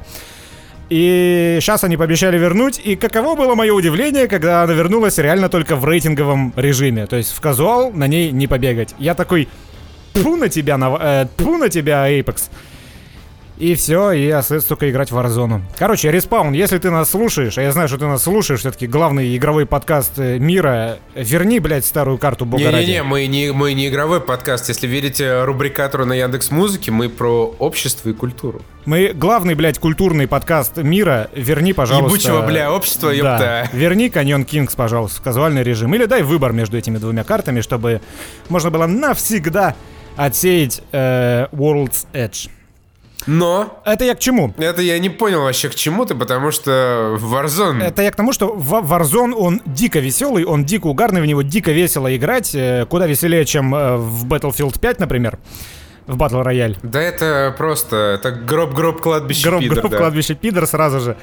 И сейчас они пообещали вернуть. И каково было мое удивление, когда она вернулась реально только в рейтинговом режиме. То есть в казуал на ней не побегать. Я такой, тьфу на тебя, Apex. И все, и остается только играть в Warzone. Короче, Respawn, если ты нас слушаешь, а я знаю, что ты нас слушаешь, все-таки главный игровой подкаст мира, верни, блядь, старую карту бога ради. Не-не-не, мы не игровой подкаст. Если верите рубрикатору на Яндекс.Музыке, мы про общество и культуру. Мы главный, блядь, культурный подкаст мира. Верни, пожалуйста... Ебучего, бля, общество, ёпта. Да. Верни Canyon Kings, пожалуйста, в казуальный режим. Или дай выбор между этими двумя картами, чтобы можно было навсегда отсеять World's Edge. Но... Это я к чему? Это я не понял вообще к чему ты, потому что Warzone... Это я к тому, что Warzone, он дико веселый, он дико угарный, в него дико весело играть, куда веселее, чем в Battlefield 5, например, в Battle Royale. Да это просто, это гроб кладбище пидор. Гроб кладбище пидор сразу же.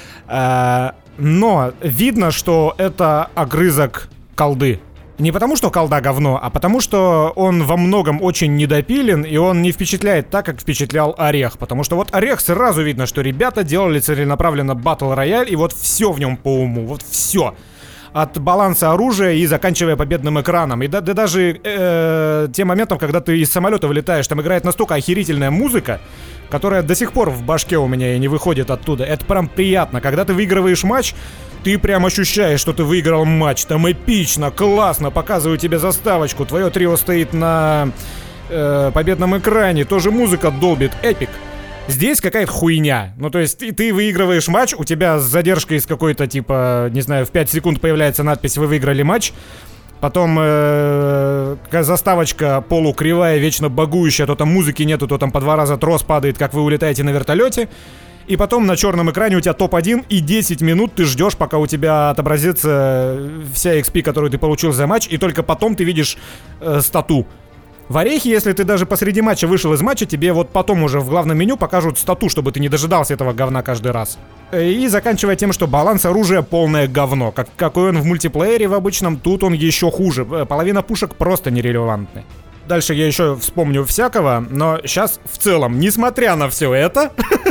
Но видно, что это огрызок колды. Не потому, что колда говно, а потому, что он во многом очень недопилен, и он не впечатляет так, как впечатлял Орех. Потому что вот Орех сразу видно, что ребята делали целенаправленно Battle Royale, и вот все в нем по уму, вот все. От баланса оружия и заканчивая победным экраном. И даже тем моментом, когда ты из самолета вылетаешь, там играет настолько охерительная музыка, которая до сих пор в башке у меня и не выходит оттуда. Это прям приятно. Когда ты выигрываешь матч, ты прям ощущаешь, что ты выиграл матч. Там эпично, классно, показываю тебе заставочку. Твое трио стоит на победном экране, тоже музыка долбит, эпик. Здесь какая-то хуйня. Ну, то есть ты выигрываешь матч, у тебя с задержкой из какой-то, типа, не знаю, в 5 секунд появляется надпись «Вы выиграли матч». Потом заставочка полукривая, вечно багующая, то там музыки нету, то там по 2 раза трос падает, как вы улетаете на вертолете. И потом на черном экране у тебя топ-1, и 10 минут ты ждешь, пока у тебя отобразится вся XP, которую ты получил за матч, и только потом ты видишь стату. В Орехе, если ты даже посреди матча вышел из матча, тебе вот потом уже в главном меню покажут стату, чтобы ты не дожидался этого говна каждый раз. И заканчивая тем, что баланс оружия полное говно. Какой он в мультиплеере в обычном, тут он еще хуже. Половина пушек просто нерелевантны. Дальше я еще вспомню всякого, но сейчас в целом, несмотря на все это...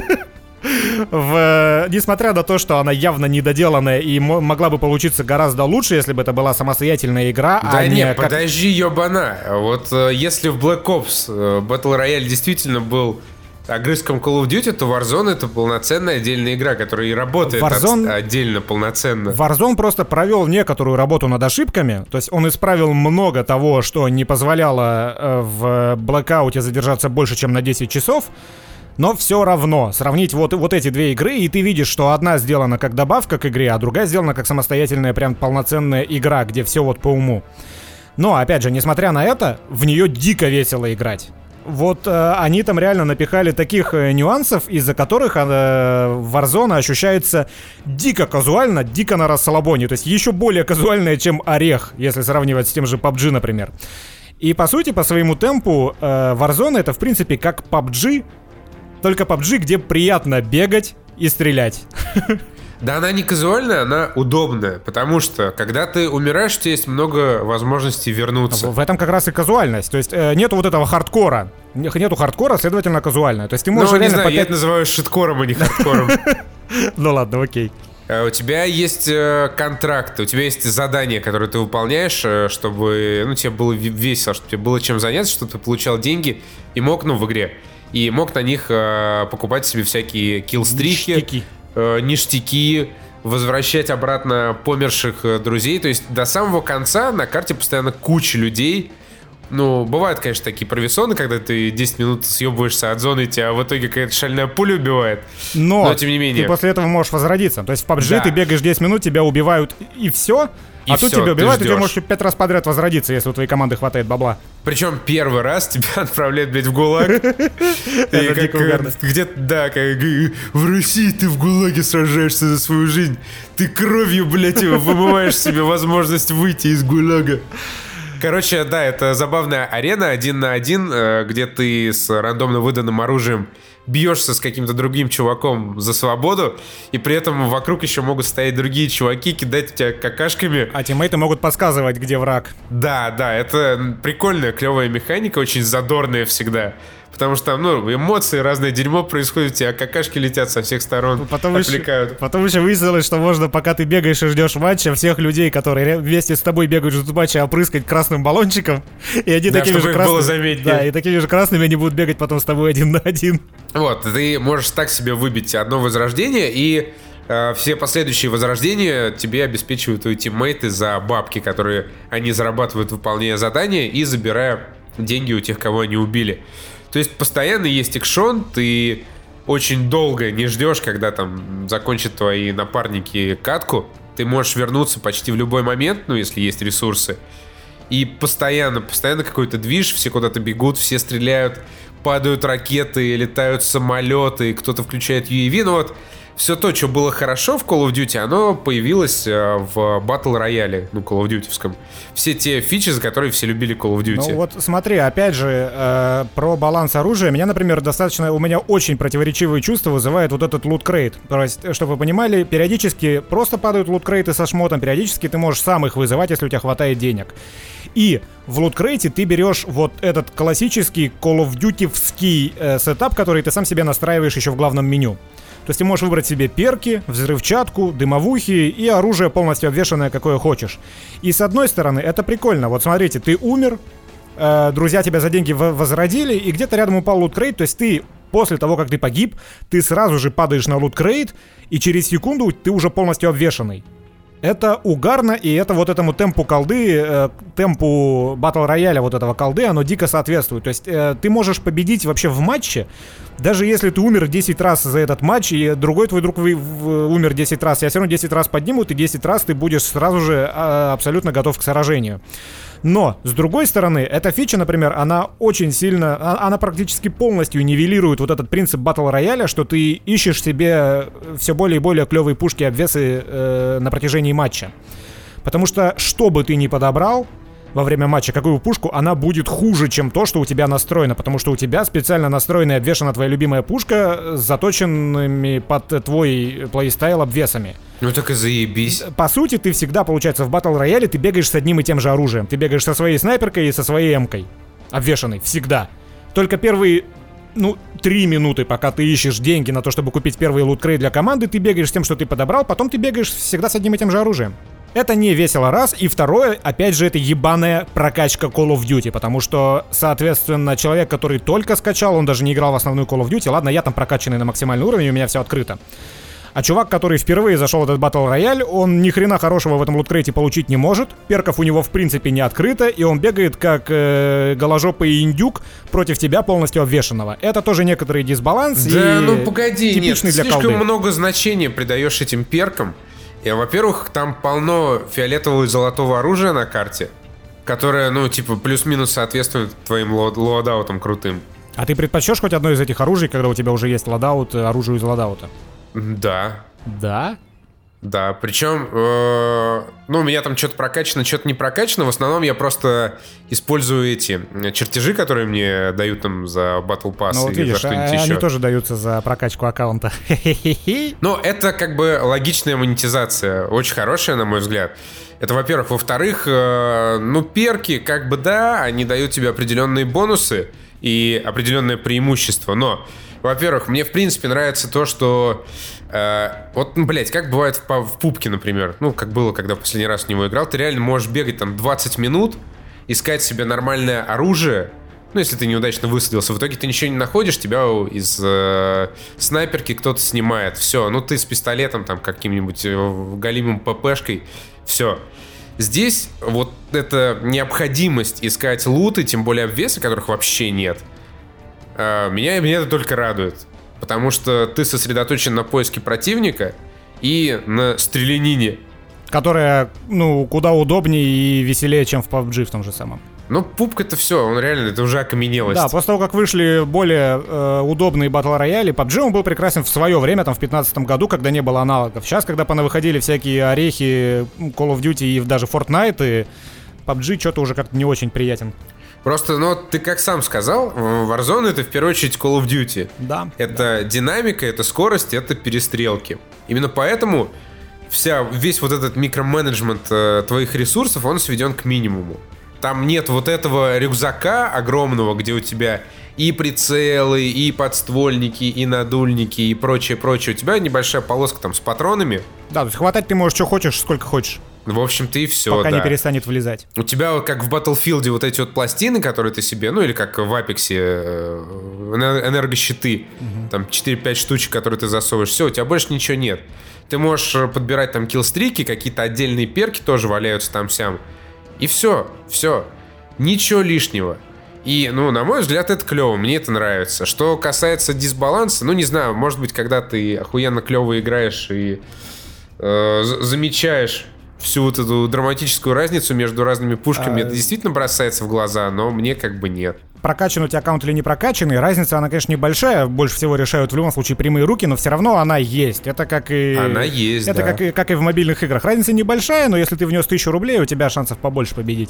Несмотря на то, что она явно недоделанная и могла бы получиться гораздо лучше, если бы это была самостоятельная игра, да а не подожди, ёбана. Вот если в Black Ops Battle Royale действительно был огрызком Call of Duty, то Warzone — это полноценная отдельная игра, которая и работает отдельно полноценно. Warzone просто провел некоторую работу над ошибками, то есть он исправил много того, что не позволяло в Blackout задержаться больше, чем на 10 часов. Но все равно сравнить вот эти две игры, и ты видишь, что одна сделана как добавка к игре, а другая сделана как самостоятельная, прям полноценная игра, где все вот по уму. Но, опять же, несмотря на это, в нее дико весело играть. Вот они там реально напихали таких нюансов, из-за которых Warzone ощущается дико казуально, дико на расслабоне. То есть еще более казуальная, чем Орех, если сравнивать с тем же PUBG, например. И по сути, по своему темпу, Warzone это в принципе как PUBG, только PUBG, где приятно бегать и стрелять. Да, она не казуальная, она удобная, потому что, когда ты умираешь, у тебя есть много возможностей вернуться. В этом как раз и казуальность, то есть нету вот этого хардкора. Нету хардкора, следовательно, казуальная. То есть ты можешь не знаю, я это называю шиткором, а не хардкором. Ну ладно, окей. У тебя есть контракты, у тебя есть задания, которые ты выполняешь, чтобы тебе было весело, чтобы тебе было чем заняться, чтобы ты получал деньги и мог, в игре, и мог на них покупать себе всякие киллстрики, ништяки, возвращать обратно померших друзей. То есть до самого конца на карте постоянно куча людей. Бывают, конечно, такие провисоны, когда ты 10 минут съебываешься от зоны, и тебя в итоге какая-то шальная пуля убивает. Но тем не менее, ты после этого можешь возродиться. То есть в PUBG ты бегаешь 10 минут, тебя убивают и все. А тут тебя убивают, и ты можешь 5 раз подряд возродиться, если у твоей команды хватает бабла. Причем первый раз тебя отправляют, блядь, в ГУЛАГ. Где-то, в России ты в ГУЛАГе сражаешься за свою жизнь. Ты кровью, блядь, вымываешь себе возможность выйти из ГУЛАГа. Короче, это забавная арена 1 на 1, где ты с рандомно выданным оружием бьешься с каким-то другим чуваком за свободу, и при этом вокруг еще могут стоять другие чуваки, кидать тебя какашками. А тиммейты могут подсказывать, где враг. Да, это прикольная, клевая механика, очень задорная всегда. Потому что там, эмоции, разное дерьмо происходит, у тебя какашки летят со всех сторон, отвлекают. Потом еще выяснилось, что можно, пока ты бегаешь и ждешь матча, всех людей, которые вместе с тобой бегают, ждут матча, опрыскать красным баллончиком. И они такими же красными. Да, и такими же красными они будут бегать потом с тобой 1 на 1. Вот, ты можешь так себе выбить одно возрождение, и все последующие возрождения тебе обеспечивают твои тиммейты за бабки, которые они зарабатывают, выполняя задания и забирая деньги у тех, кого они убили. То есть постоянно есть экшон, ты очень долго не ждешь, когда там закончат твои напарники катку. Ты можешь вернуться почти в любой момент, если есть ресурсы. И постоянно какой-то движ, все куда-то бегут, все стреляют, падают ракеты, летают самолеты, кто-то включает UAV. Все то, что было хорошо в Call of Duty, оно появилось в Battle Royale, Call of Duty-вском. Все те фичи, за которые все любили Call of Duty. Смотри, опять же, про баланс оружия. У меня очень противоречивые чувства вызывает вот этот лут-крейт. То есть, чтобы вы понимали, периодически просто падают лут-крейты со шмотом, периодически ты можешь сам их вызывать, если у тебя хватает денег. И в лут-крейте ты берешь вот этот классический Call of Duty-вский сетап, который ты сам себе настраиваешь еще в главном меню. То есть ты можешь выбрать себе перки, взрывчатку, дымовухи и оружие полностью обвешанное, какое хочешь. И с одной стороны, это прикольно. Вот смотрите, ты умер, друзья тебя за деньги возродили, и где-то рядом упал лут-крейт. То есть ты после того, как ты погиб, ты сразу же падаешь на лут-крейт, и через секунду ты уже полностью обвешанный. Это угарно, и это вот этому темпу колды, темпу батл рояля вот этого колды, оно дико соответствует. То есть ты можешь победить вообще в матче, даже если ты умер 10 раз за этот матч, и другой твой друг умер 10 раз, тебя все равно 10 раз поднимут, и 10 раз ты будешь сразу же абсолютно готов к сражению. Но, с другой стороны, эта фича, например, она очень сильно, она практически полностью нивелирует вот этот принцип батл рояля, что ты ищешь себе все более и более клевые пушки и обвесы на протяжении матча. Потому что, что бы ты ни подобрал во время матча, какую пушку, она будет хуже, чем то, что у тебя настроено. Потому что у тебя специально настроена и обвешана твоя любимая пушка с заточенными под твой плейстайл обвесами. Ну так и заебись. По сути, ты всегда, получается, в батл рояле ты бегаешь с одним и тем же оружием. Ты бегаешь со своей снайперкой и со своей эмкой. Обвешанной. Всегда. Только первые, 3 минуты, пока ты ищешь деньги на то, чтобы купить первый лут-крейт для команды, ты бегаешь с тем, что ты подобрал, потом ты бегаешь всегда с одним и тем же оружием. Это не весело, раз. И второе, опять же, это ебаная прокачка Call of Duty. Потому что, соответственно, человек, который только скачал, он даже не играл в основную Call of Duty. Ладно, я там прокачанный на максимальный уровень, у меня все открыто. А чувак, который впервые зашел в этот Battle Royale, он ни хрена хорошего в этом луткрейте получить не может. Перков у него в принципе не открыто, и он бегает как голожопый индюк против тебя полностью обвешанного. Это тоже некоторый дисбаланс. Да, ну погоди, нет, для слишком колды. много значения придаешь этим перкам. И, во-первых, там полно фиолетового и золотого оружия на карте, которое, ну, типа, плюс-минус соответствует твоим лоадаутам крутым. А ты предпочтешь хоть одно из этих оружий, когда у тебя уже есть лоадаут, оружие из лоадаута? Да. Да? Да, причем, ну, у меня там что-то прокачано, что-то не прокачано. В основном я просто использую эти чертежи, которые мне дают там за Battle Pass, ну, вот или видишь, за что-нибудь еще. Они тоже даются за прокачку аккаунта. Но это как бы логичная монетизация, очень хорошая, на мой взгляд. Это, во-первых. Во-вторых, ну, перки, как бы, да, они дают тебе определенные бонусы и определенное преимущество. Но, во-первых, мне, в принципе, нравится то, что... вот, ну, блять, как бывает в пубке, например. Ну, как было, когда в последний раз в него играл. Ты реально можешь бегать там 20 минут, искать себе нормальное оружие. Ну, если ты неудачно высадился. В итоге ты ничего не находишь, тебя из снайперки кто-то снимает. Все, ну ты с пистолетом, там, каким-нибудь галимым ППшкой. Все. Здесь вот эта необходимость искать луты, тем более обвесы, которых вообще нет, меня это только радует. Потому что ты сосредоточен на поиске противника и на стрелянине. Которая, ну, куда удобнее и веселее, чем в PUBG в том же самом. Ну, пупка это все, он реально, это уже окаменелость. Да, после того, как вышли более удобные батл рояли, PUBG он был прекрасен в свое время, там в 2015 году, когда не было аналогов. Сейчас, когда понавыходили всякие орехи, Call of Duty и даже Fortnite, и PUBG что-то уже как-то не очень приятен. Просто, ну, ты как сам сказал, Warzone — это в первую очередь Call of Duty. Да. Это динамика, это скорость, это перестрелки. Именно поэтому весь вот этот микроменеджмент твоих ресурсов, он сведен к минимуму. Там нет вот этого рюкзака огромного, где у тебя и прицелы, и подствольники, и надульники, и прочее-прочее. У тебя небольшая полоска там с патронами. Да, то есть хватать ты можешь, что хочешь, сколько хочешь. В общем-то и все, пока да. не перестанет влезать. У тебя, как в Battlefield, вот эти вот пластины, которые ты себе, ну или как в Апексе, энергощиты, там 4-5 штучек, которые ты засовываешь, все, у тебя больше ничего нет. Ты можешь подбирать там киллстрики, какие-то отдельные перки тоже валяются там-сям. И все. Ничего лишнего. И, ну, на мой взгляд, это клево, мне это нравится. Что касается дисбаланса, ну, не знаю, может быть, когда ты охуенно клево играешь и замечаешь всю вот эту драматическую разницу между разными пушками, это действительно бросается в глаза, но мне как бы нет. Прокачан у тебя аккаунт или не прокачанный, разница, она, конечно, небольшая, больше всего решают в любом случае прямые руки, но все равно она есть. Это как и... Она есть, это да. как и в мобильных играх. Разница небольшая, но если ты внес 1000 рублей, у тебя шансов побольше победить.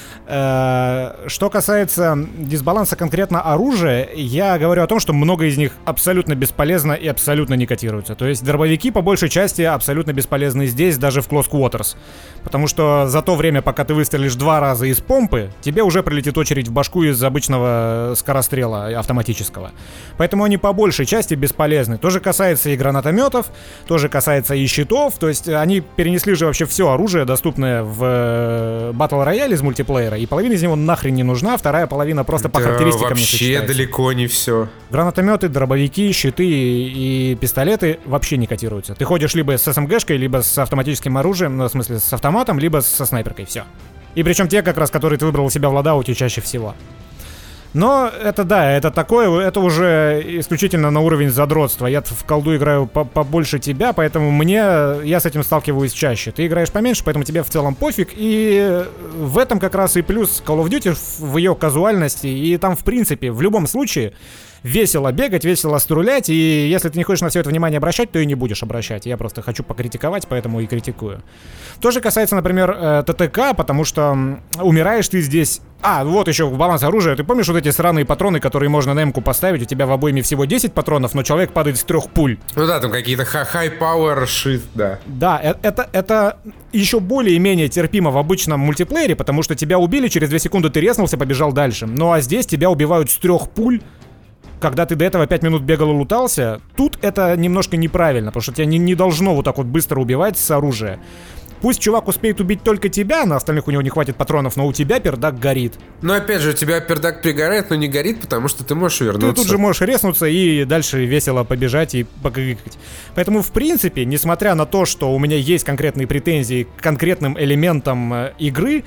Что касается дисбаланса конкретно оружия, я говорю о том, что много из них абсолютно бесполезно и абсолютно не котируются. То есть дробовики по большей части абсолютно бесполезны здесь, даже в Close Quarters. Потому что за то время, пока ты выстрелишь 2 раза из помпы, тебе уже прилетит очередь в башку из обычного скорострела автоматического. Поэтому они по большей части бесполезны. То же касается и гранатометов, тоже касается и щитов. То есть они перенесли же вообще все оружие, доступное в Battle Royale из мультиплеера, и половина из него нахрен не нужна, вторая половина просто по характеристикам не сочетается. Вообще далеко не все. Гранатометы, дробовики, щиты и пистолеты вообще не котируются. Ты ходишь либо с СМГшкой, либо с автоматическим оружием, ну, в смысле с автоматом, либо со снайперкой, все. И причем те, как раз, которые ты выбрал у себя в лодауте чаще всего. Но это да, это такое, это уже исключительно на уровень задротства. Я в колду играю побольше тебя, поэтому я с этим сталкиваюсь чаще. Ты играешь поменьше, поэтому тебе в целом пофиг. И в этом как раз и плюс Call of Duty, в ее казуальности. И там, в принципе, в любом случае весело бегать, весело стрелять. И если ты не хочешь на все это внимание обращать, то и не будешь обращать. Я просто хочу покритиковать, поэтому и критикую. То же касается, например, ТТК, потому что умираешь ты здесь... вот еще баланс оружия. Ты помнишь вот эти сраные патроны, которые можно на М-ку поставить? У тебя в обойме всего 10 патронов, но человек падает с 3 пуль. Ну да, там какие-то high power shit, да. Да, это еще более-менее терпимо в обычном мультиплеере, потому что тебя убили, через 2 секунды ты резнулся, побежал дальше. Ну а здесь тебя убивают с 3 пуль, когда ты до этого 5 минут бегал и лутался. Тут это немножко неправильно, потому что тебя не должно вот так вот быстро убивать с оружия. Пусть чувак успеет убить только тебя, на остальных у него не хватит патронов, но у тебя пердак горит. Но опять же, у тебя пердак пригорает, но не горит, потому что ты можешь вернуться. Ты тут же можешь резнуться и дальше весело побежать и покрикать. Поэтому, в принципе, несмотря на то, что у меня есть конкретные претензии к конкретным элементам игры,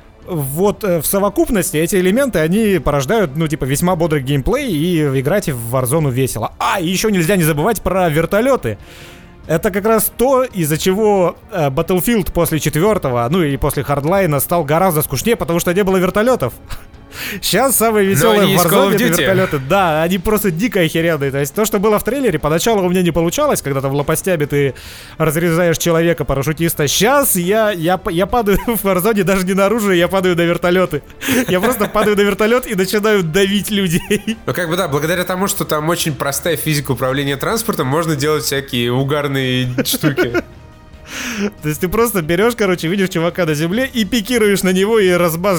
вот в совокупности эти элементы, они порождают, ну, типа, весьма бодрый геймплей, и играть в Warzone весело. И еще нельзя не забывать про вертолеты. Это как раз то, из-за чего Battlefield после 4-го, ну и после Hardline стал гораздо скучнее, потому что не было вертолетов. Сейчас самые веселые в Warzone это вертолеты. Да, они просто дико охеренные. То есть то, что было в трейлере, поначалу у меня не получалось, когда там в лопастями ты разрезаешь человека, парашютиста. Сейчас я падаю в Warzone даже не на оружие, я падаю на вертолеты. Я просто падаю на вертолет и начинаю давить людей. Ну как бы да, благодаря тому, что там очень простая физика управления транспортом, можно делать всякие угарные штуки. То есть ты просто берешь, короче, видишь чувака на земле и пикируешь на него и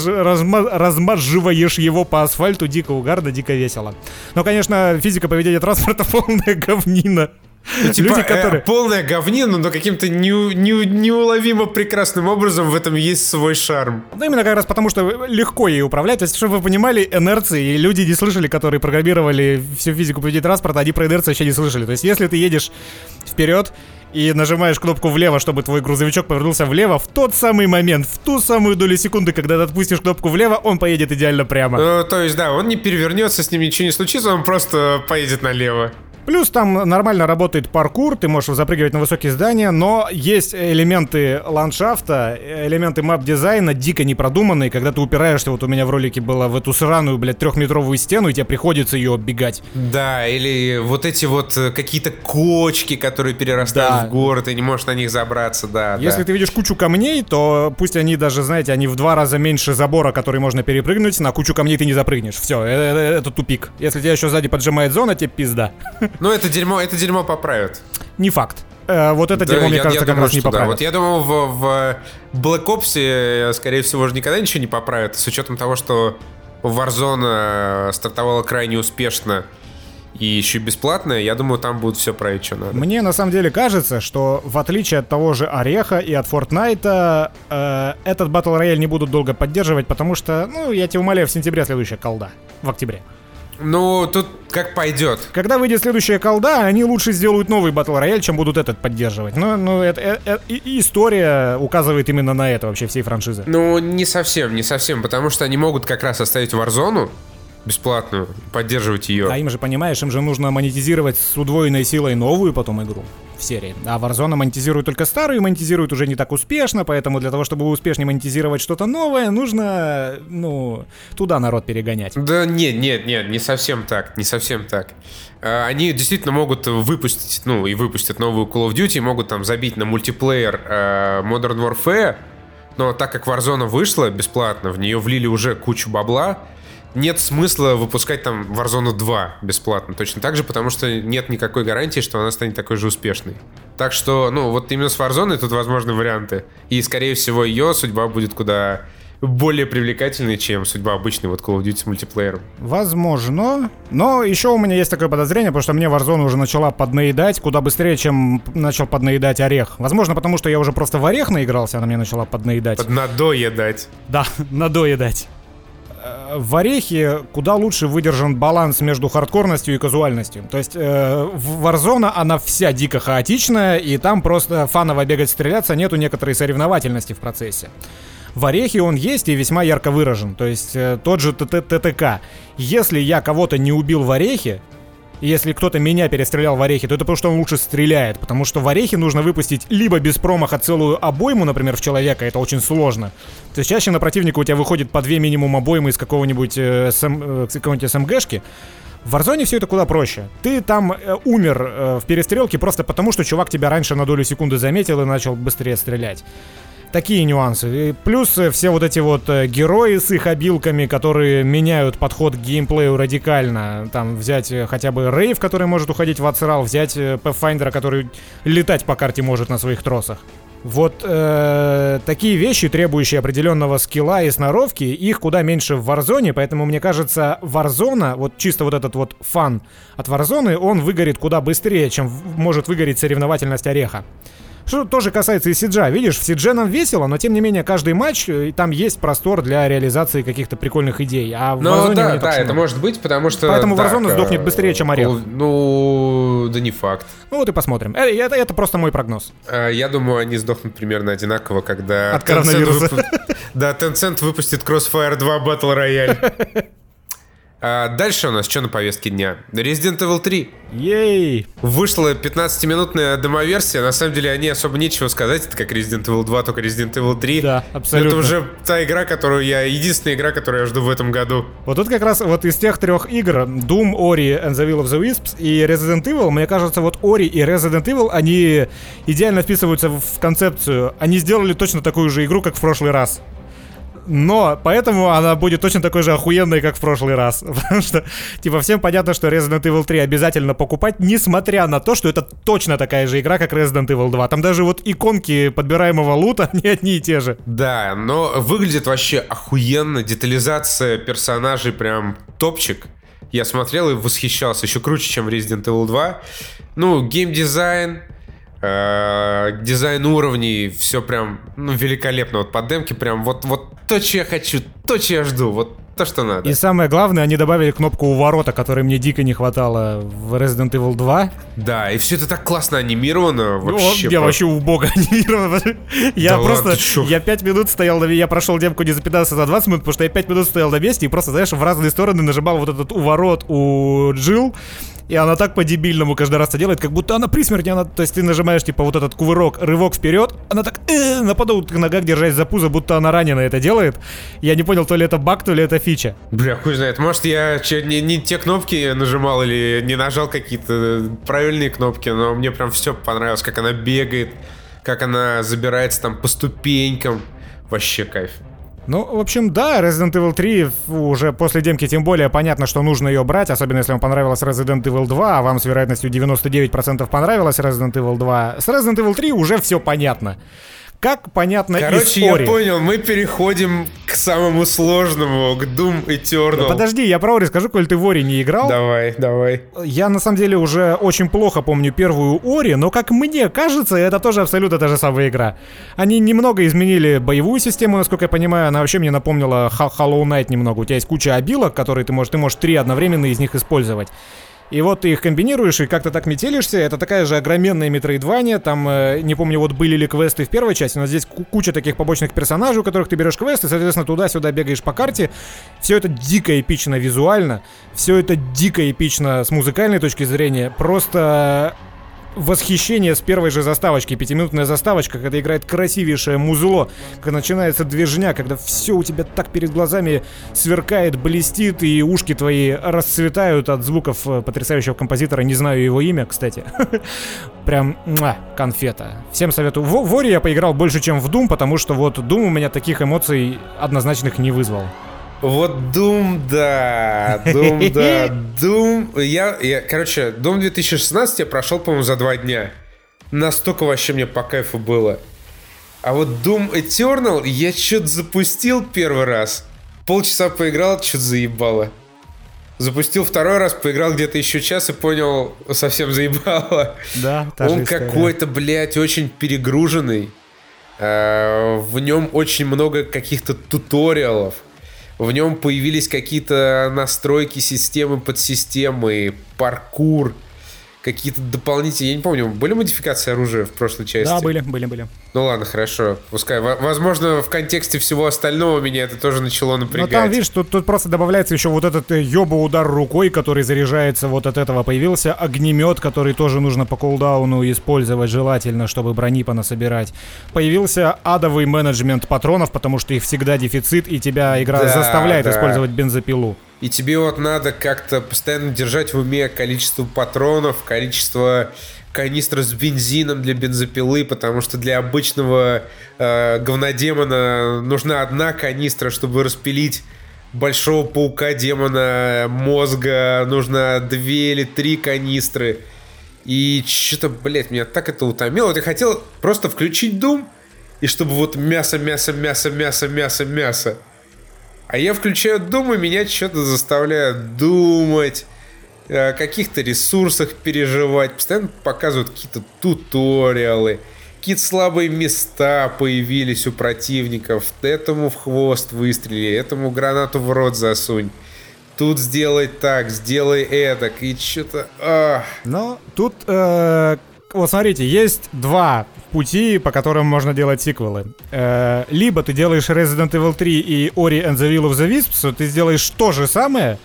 размазываешь его по асфальту. Дико угарно, дико весело. Но, конечно, физика поведения транспорта полная говнина. Типа, люди, которые... полная говнина, но каким-то неуловимо прекрасным образом в этом есть свой шарм. Ну, именно как раз потому, что легко ей управлять. То есть, чтобы вы понимали, инерции, и люди не слышали, которые программировали всю физику поведения транспорта, они про инерцию вообще не слышали. То есть, если ты едешь вперед и нажимаешь кнопку влево, чтобы твой грузовичок повернулся влево, в тот самый момент, в ту самую долю секунды, когда ты отпустишь кнопку влево, он поедет идеально прямо. То есть, да, он не перевернется, с ним ничего не случится, он просто поедет налево. Плюс там нормально работает паркур, ты можешь запрыгивать на высокие здания, но есть элементы ландшафта, элементы мап-дизайна дико непродуманные, когда ты упираешься, вот у меня в ролике было в эту сраную, блядь, 3-метровую стену, и тебе приходится ее оббегать. Да, или вот эти вот какие-то кочки, которые перерастают в город, и не можешь на них забраться, да. Если ты видишь кучу камней, то пусть они даже, знаете, они в 2 раза меньше забора, который можно перепрыгнуть, на кучу камней ты не запрыгнешь. Все, это тупик. Если тебя еще сзади поджимает зона, тебе пизда. Ну, это дерьмо поправят. Не факт. Вот это дерьмо, мне кажется, как раз не поправят. Да. Вот я думал, в Black Ops, скорее всего, уже никогда ничего не поправят. С учетом того, что Warzone стартовала крайне успешно и еще бесплатно, я думаю, там будет все править, что надо. Мне на самом деле кажется, что в отличие от того же Ореха и от Fortnite, этот Battle Royale не будут долго поддерживать, потому что, ну, я тебя умоляю, в сентябре следующая колда. В октябре. Ну, тут как пойдет. Когда выйдет следующая колда, они лучше сделают новый Battle Royale, чем будут этот поддерживать. Но история указывает именно на это вообще всей франшизы. Ну, не совсем, потому что они могут как раз оставить Warzone бесплатную, поддерживать ее. А им же, понимаешь, им же нужно монетизировать с удвоенной силой новую потом игру в серии. А Warzone монетизирует только старую, и монетизирует уже не так успешно, поэтому для того, чтобы успешнее монетизировать что-то новое, нужно, ну, туда народ перегонять. Да нет, не совсем так. Они действительно могут выпустить, ну, и выпустят новую Call of Duty, могут там забить на мультиплеер Modern Warfare, но так как Warzone вышла бесплатно, в нее влили уже кучу бабла, нет смысла выпускать там Warzone 2 бесплатно. Точно так же, потому что нет никакой гарантии, что она станет такой же успешной. Так что, ну, вот именно с Warzone тут возможны варианты. И, скорее всего, ее судьба будет куда более привлекательной, чем судьба обычной вот Call of Duty с мультиплеером. Возможно. Но еще у меня есть такое подозрение, потому что мне Warzone уже начала поднаедать куда быстрее, чем начал поднаедать Орех. Возможно, потому что я уже просто в Орех наигрался, она мне начала поднаедать. Поднадоедать. Да, надоедать. В Орехе куда лучше выдержан баланс между хардкорностью и казуальностью. То есть Warzone, она вся дико хаотичная, и там просто фаново бегать, стреляться, нету некоторой соревновательности в процессе. В Орехе он есть и весьма ярко выражен. То есть тот же ТТК. Если я кого-то не убил в Орехе, если кто-то меня перестрелял в Орехе, то это потому, что он лучше стреляет. Потому что в Орехе нужно выпустить либо без промаха целую обойму, например, в человека, это очень сложно. То есть чаще на противника у тебя выходит по 2 минимум обоймы из какого-нибудь СМГшки. В Warzone все это куда проще. Ты там умер в перестрелке просто потому, что чувак тебя раньше на долю секунды заметил и начал быстрее стрелять. Такие нюансы. И плюс все вот эти вот герои с их обилками, которые меняют подход к геймплею радикально. Там взять хотя бы Рейв, который может уходить в ацерал, взять Pathfinder, который летать по карте может на своих тросах. Вот такие вещи, требующие определенного скилла и сноровки, их куда меньше в Warzone, поэтому мне кажется, Warzone, вот чисто вот этот вот фан от Warzone, он выгорит куда быстрее, чем может выгореть соревновательность Ореха. Что тоже касается и Сиджа. Видишь, в Сидже нам весело, но тем не менее каждый матч, там есть простор для реализации каких-то прикольных идей. А в Warzone да, это может быть, потому что... Поэтому Warzone сдохнет быстрее, чем Орех. Ну, да не факт. Ну вот и посмотрим. Это просто мой прогноз. Я думаю, они сдохнут примерно одинаково, когда... От коронавируса. Да, Tencent выпустит Crossfire 2 Battle Royale. Дальше у нас что на повестке дня? Resident Evil 3. Ей! Вышла 15-минутная демоверсия. На самом деле, о ней особо нечего сказать. Это как Resident Evil 2, только Resident Evil 3. Да, абсолютно. Это уже та игра, единственная игра, которую я жду в этом году. Вот тут как раз вот из тех трех игр Doom, Ori and the Will of the Wisps и Resident Evil, мне кажется, вот Ori и Resident Evil, они идеально вписываются в концепцию. Они сделали точно такую же игру, как в прошлый раз. Но поэтому она будет точно такой же охуенной, как в прошлый раз. Потому что, типа, всем понятно, что Resident Evil 3 обязательно покупать, несмотря на то, что это точно такая же игра, как Resident Evil 2. Там даже вот иконки подбираемого лута, они одни и те же. Да, но выглядит вообще охуенно. Детализация персонажей прям топчик. Я смотрел и восхищался. Еще круче, чем Resident Evil 2. Ну, геймдизайн, дизайн уровней, все прям великолепно. Вот по демке прям вот то, что я хочу, то, что я жду, вот то, что надо. И самое главное, они добавили кнопку у ворота, которой мне дико не хватало в Resident Evil 2. Да, и все это так классно анимировано вообще. Я вообще убого анимировано. Я да просто, ладно, я 5 минут стоял, я прошел демку не за 15, а за 20 минут, потому что я 5 минут стоял на месте и просто, знаешь, в разные стороны нажимал вот этот уворот у Джилл. И она так по-дебильному каждый раз это делает, как будто она при смерти. То есть ты нажимаешь, типа, вот этот кувырок, рывок вперед, она так на подолгах ногах, держась за пузо, будто она ранена это делает. Я не понял, то ли это баг, то ли это фича. Бля, хуй знает, может я не те кнопки нажимал или не нажал какие-то правильные кнопки, но мне прям все понравилось, как она бегает, как она забирается там по ступенькам. Вообще кайф. Ну, в общем, да, Resident Evil 3 уже после демки тем более понятно, что нужно ее брать, особенно если вам понравилась Resident Evil 2, а вам с вероятностью 99% понравилась Resident Evil 2. С Resident Evil 3 уже все понятно. Как понятно короче, из Ori. Я понял, мы переходим к самому сложному, к Doom Eternal. Да подожди, я про Ori скажу, коль ты в Ori не играл. Давай. Я на самом деле уже очень плохо помню первую Ori, но как мне кажется, это тоже абсолютно та же самая игра. Они немного изменили боевую систему, насколько я понимаю, она вообще мне напомнила Hollow Knight немного. У тебя есть куча обилок, которые ты можешь 3 одновременно из них использовать. И вот ты их комбинируешь и как-то так метелишься. Это такая же огроменная метроидвания. Там, не помню, вот были ли квесты в первой части, но здесь куча таких побочных персонажей, у которых ты берешь квесты, соответственно, туда-сюда бегаешь по карте. Все это дико эпично визуально. Все это дико эпично с музыкальной точки зрения. Просто восхищение с первой же заставочки. 5-минутная заставочка, когда играет красивейшее музло, когда начинается движня, когда все у тебя так перед глазами сверкает, блестит, и ушки твои расцветают от звуков потрясающего композитора. Не знаю его имя, кстати. Прям конфета. Всем советую. В Ori я поиграл больше, чем в Doom, потому что вот Doom у меня таких эмоций однозначных не вызвал. Вот Doom, да. Doom, короче, Doom 2016 я прошел, по-моему, за 2 дня. Настолько вообще мне по кайфу было. А вот Doom Eternal я что-то запустил первый раз. Полчаса поиграл, что-то заебало. Запустил второй раз, поиграл где-то еще час и понял, совсем заебало. Да, та же он история. Какой-то, блядь, очень перегруженный. В нем очень много каких-то туториалов. В нем появились какие-то настройки системы, подсистемы, паркур, какие-то дополнительные... Я не помню, были модификации оружия в прошлой части? Да, были. Ну ладно, хорошо, пускай. Возможно, в контексте всего остального меня это тоже начало напрягать. Но там, видишь, тут просто добавляется еще вот этот ёба-удар рукой, который заряжается вот от этого. Появился огнемет, который тоже нужно по кулдауну использовать желательно, чтобы брони понасобирать. Появился адовый менеджмент патронов, потому что их всегда дефицит, и тебя игра заставляет использовать бензопилу. И тебе вот надо как-то постоянно держать в уме количество патронов, количество канистр с бензином для бензопилы, потому что для обычного говнодемона нужна одна канистра, чтобы распилить большого паука-демона мозга, нужно 2 или 3 канистры. И что-то, блядь, меня так это утомило. Вот я хотел просто включить Doom, и чтобы вот мясо. А я включаю Doom, и меня что-то заставляет думать, о каких-то ресурсах переживать. Постоянно показывают какие-то туториалы, какие-то слабые места появились у противников. Этому в хвост выстрели, этому гранату в рот засунь. Тут сделай так, сделай эдак, и что-то... Но тут, вот смотрите, есть два пути, по которым можно делать сиквелы. Либо ты делаешь Resident Evil 3 и Ori and the Will of the Wisps, ты сделаешь то же самое,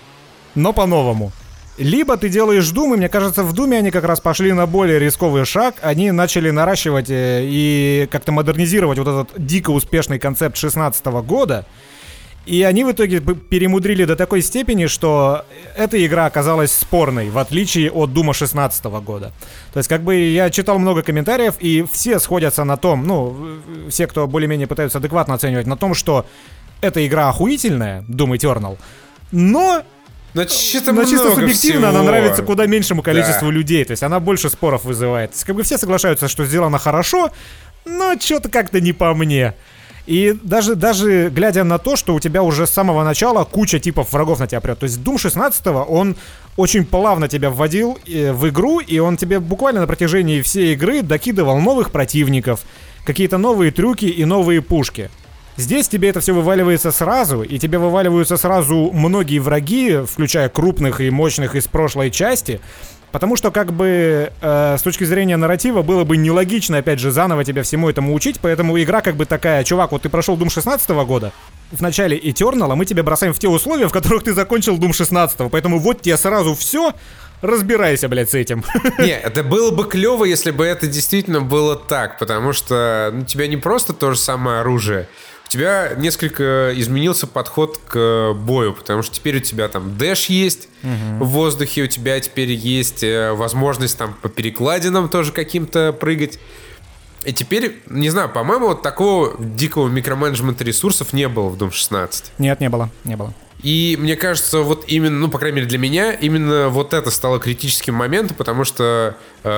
но по-новому. Либо ты делаешь Doom, и мне кажется, в Doom они как раз пошли на более рисковый шаг. Они начали наращивать и как-то модернизировать вот этот дико успешный концепт 2016 года. И они в итоге перемудрили до такой степени, что эта игра оказалась спорной, в отличие от Дума 2016 года. То есть, как бы, я читал много комментариев, и все сходятся на том, ну, все, кто более-менее пытаются адекватно оценивать, на том, что эта игра охуительная, Doom Eternal, но чисто субъективно всего. Она нравится куда меньшему количеству людей. То есть она больше споров вызывает. То есть, как бы, все соглашаются, что сделано хорошо, но что-то как-то не по мне. И даже глядя на то, что у тебя уже с самого начала куча типов врагов на тебя прет. То есть Doom 16-го, он очень плавно тебя вводил в игру, и он тебе буквально на протяжении всей игры докидывал новых противников, какие-то новые трюки и новые пушки. Здесь тебе это все вываливается сразу, и тебе вываливаются сразу многие враги, включая крупных и мощных из прошлой части, потому что, как бы, с точки зрения нарратива было бы нелогично, опять же, заново тебя всему этому учить, поэтому игра как бы такая: чувак, вот ты прошел Doom 16 года, в начале Eternal, а мы тебя бросаем в те условия, в которых ты закончил Doom 16, поэтому вот тебе сразу все, разбирайся, блядь, с этим. Не, это было бы клево, если бы это действительно было так, потому что у тебя не просто то же самое оружие, у тебя несколько изменился подход к бою, потому что теперь у тебя там дэш есть в воздухе, у тебя теперь есть возможность там по перекладинам тоже каким-то прыгать. И теперь, не знаю, по-моему, вот такого дикого микроменеджмента ресурсов не было в Doom 16. Нет, не было. И мне кажется, вот именно, ну, по крайней мере для меня, именно вот это стало критическим моментом, потому что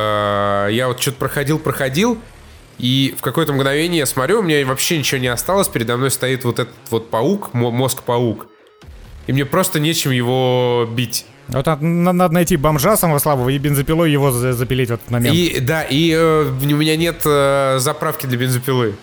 я вот что-то проходил, и в какое-то мгновение я смотрю, у меня вообще ничего не осталось, передо мной стоит вот этот вот паук, мозг-паук, и мне просто нечем его бить. Вот надо найти бомжа самого слабого и бензопилой его запилить в этот момент. И у меня нет заправки для бензопилы.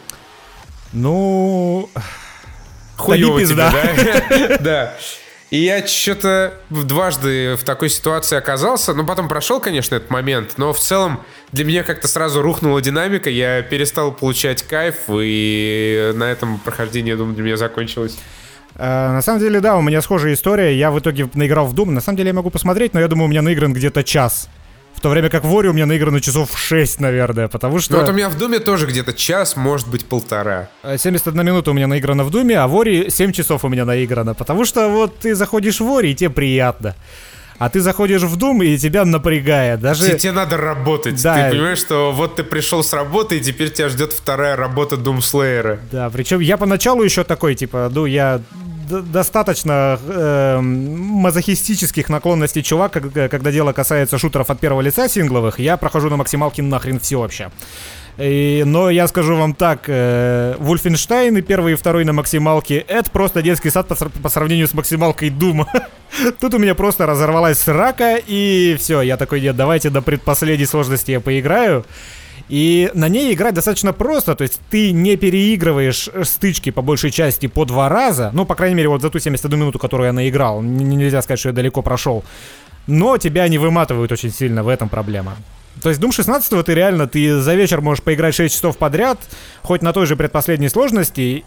Ну... Хуёво тебе, да? Да. И я что-то дважды в такой ситуации оказался. Ну, потом прошел, конечно, этот момент, но в целом для меня как-то сразу рухнула динамика. Я перестал получать кайф, и на этом прохождение, думаю, для меня закончилось. На самом деле, да, у меня схожая история. Я в итоге наиграл в Doom. На самом деле я могу посмотреть, но я думаю, у меня наигран где-то час. В то время как в Ori у меня наиграно часов 6, наверное, потому что... Ну вот у меня в Думе тоже где-то час, может быть, 1,5. 71 минута у меня наиграно в Думе, а в Ori 7 часов у меня наиграно. Потому что вот ты заходишь в Ori, и тебе приятно. А ты заходишь в Doom, и тебя напрягает. Даже... Тебе надо работать. Да. Ты понимаешь, что вот ты пришел с работы, и теперь тебя ждет вторая работа Doomslayer. Да, причем я поначалу еще такой, типа, ну я... достаточно мазохистических наклонностей чувак, когда дело касается шутеров от первого лица сингловых, я прохожу на максималке нахрен все вообще. Но я скажу вам так, Wolfenstein и первый и второй на максималке — это просто детский сад по сравнению с максималкой Doom. Тут у меня просто разорвалась срака, и все, я такой: нет, давайте до предпоследней сложности я поиграю. И на ней играть достаточно просто, то есть ты не переигрываешь стычки по большей части по 2 раза, ну, по крайней мере, вот за ту 71 минуту, которую я наиграл, нельзя сказать, что я далеко прошел, но тебя не выматывают очень сильно, в этом проблема. То есть Doom 16 ты за вечер можешь поиграть 6 часов подряд, хоть на той же предпоследней сложности,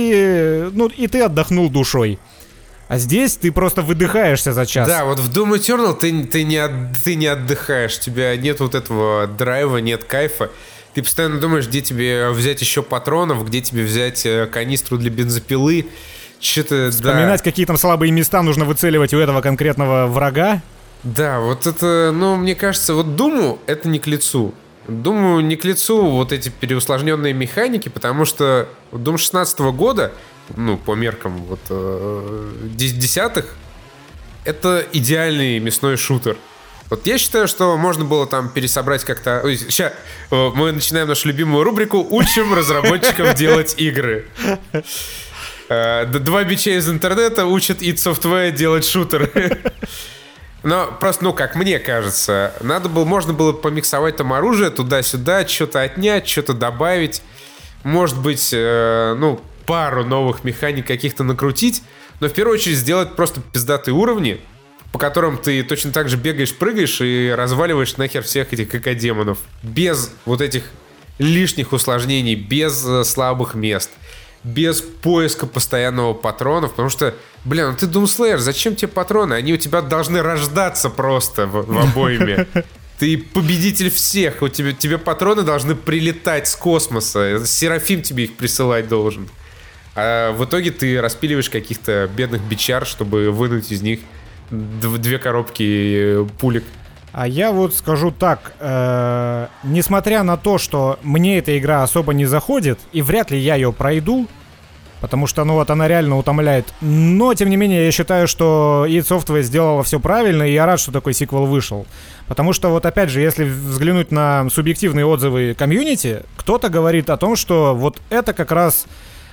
и ты отдохнул душой. А здесь ты просто выдыхаешься за час. Да, вот в Doom Eternal ты не отдыхаешь, у тебя нет вот этого драйва, нет кайфа. Ты постоянно думаешь, где тебе взять еще патронов, где тебе взять канистру для бензопилы. Что-то, вспоминать, какие там слабые места нужно выцеливать у этого конкретного врага. Да, вот это, ну, мне кажется, вот Думу это не к лицу. Думаю, не к лицу вот эти переусложненные механики, потому что Doom 16 года, ну, по меркам вот десятых, это идеальный мясной шутер. Вот я считаю, что можно было там пересобрать как-то... Сейчас мы начинаем нашу любимую рубрику «Учим разработчиков делать игры». 2 бича из интернета учат id Software делать шутеры. Но просто, ну, как мне кажется, можно было помиксовать там оружие туда-сюда, что-то отнять, что-то добавить. Может быть, пару новых механик каких-то накрутить. Но в первую очередь сделать просто пиздатые уровни, по которым ты точно так же бегаешь, прыгаешь и разваливаешь нахер всех этих какодемонов. Без вот этих лишних усложнений, без слабых мест, без поиска постоянного патронов. Потому что, блин, ты Doom Slayer, зачем тебе патроны? Они у тебя должны рождаться просто в обойме. Ты победитель всех. Тебе патроны должны прилетать с космоса. Серафим тебе их присылать должен. А в итоге ты распиливаешь каких-то бедных бичар, чтобы вынуть из них 2 коробки пулек. А я вот скажу так, несмотря на то, что мне эта игра особо не заходит, и вряд ли я ее пройду, потому что, она реально утомляет, но, тем не менее, я считаю, что id Software сделала все правильно, и я рад, что такой сиквел вышел. Потому что, опять же, если взглянуть на субъективные отзывы комьюнити, кто-то говорит о том, что вот это как раз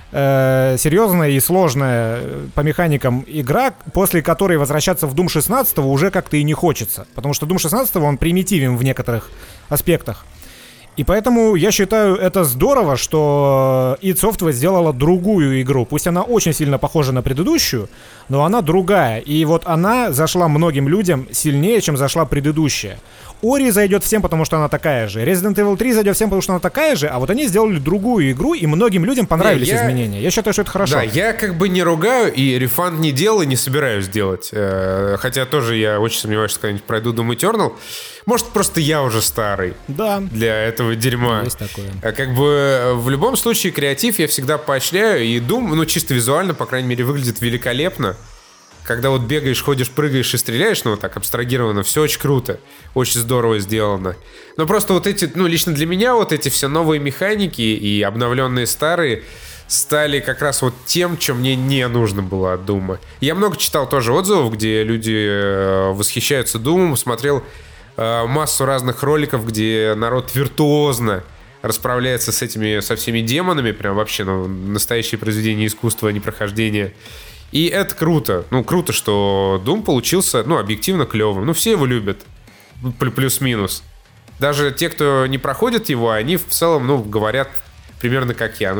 серьезная и сложная по механикам игра, после которой возвращаться в Doom 16 уже как-то и не хочется. Потому что Doom 16 он примитивен в некоторых аспектах. И поэтому я считаю это здорово, что id Software сделала другую игру. Пусть она очень сильно похожа на предыдущую, но она другая. И вот она зашла многим людям сильнее, чем зашла предыдущая. Ori зайдет всем, потому что она такая же. Resident Evil 3 зайдет всем, потому что она такая же. А вот они сделали другую игру, и многим людям понравились изменения. Я считаю, что это хорошо. Да, я как бы не ругаю и рефанд не делал, и не собираюсь делать. Хотя тоже я очень сомневаюсь, что когда-нибудь пройду Doom Eternal. Может, просто я уже старый для этого дерьма. Есть такое. Как бы в любом случае креатив я всегда поощряю. И Doom, чисто визуально, по крайней мере, выглядит великолепно. Когда вот бегаешь, ходишь, прыгаешь и стреляешь, так абстрагированно, все очень круто, очень здорово сделано. Но просто вот эти, лично для меня вот эти все новые механики и обновленные старые стали как раз вот тем, что мне не нужно было от Doom. Я много читал тоже отзывов, где люди восхищаются Doom, смотрел массу разных роликов, где народ виртуозно расправляется со всеми демонами, прям вообще, настоящее произведение искусства, а не прохождение. И это круто. Круто, что Doom получился, объективно клевым. Все его любят. Плюс-минус. Даже те, кто не проходит его, они в целом, говорят примерно как я.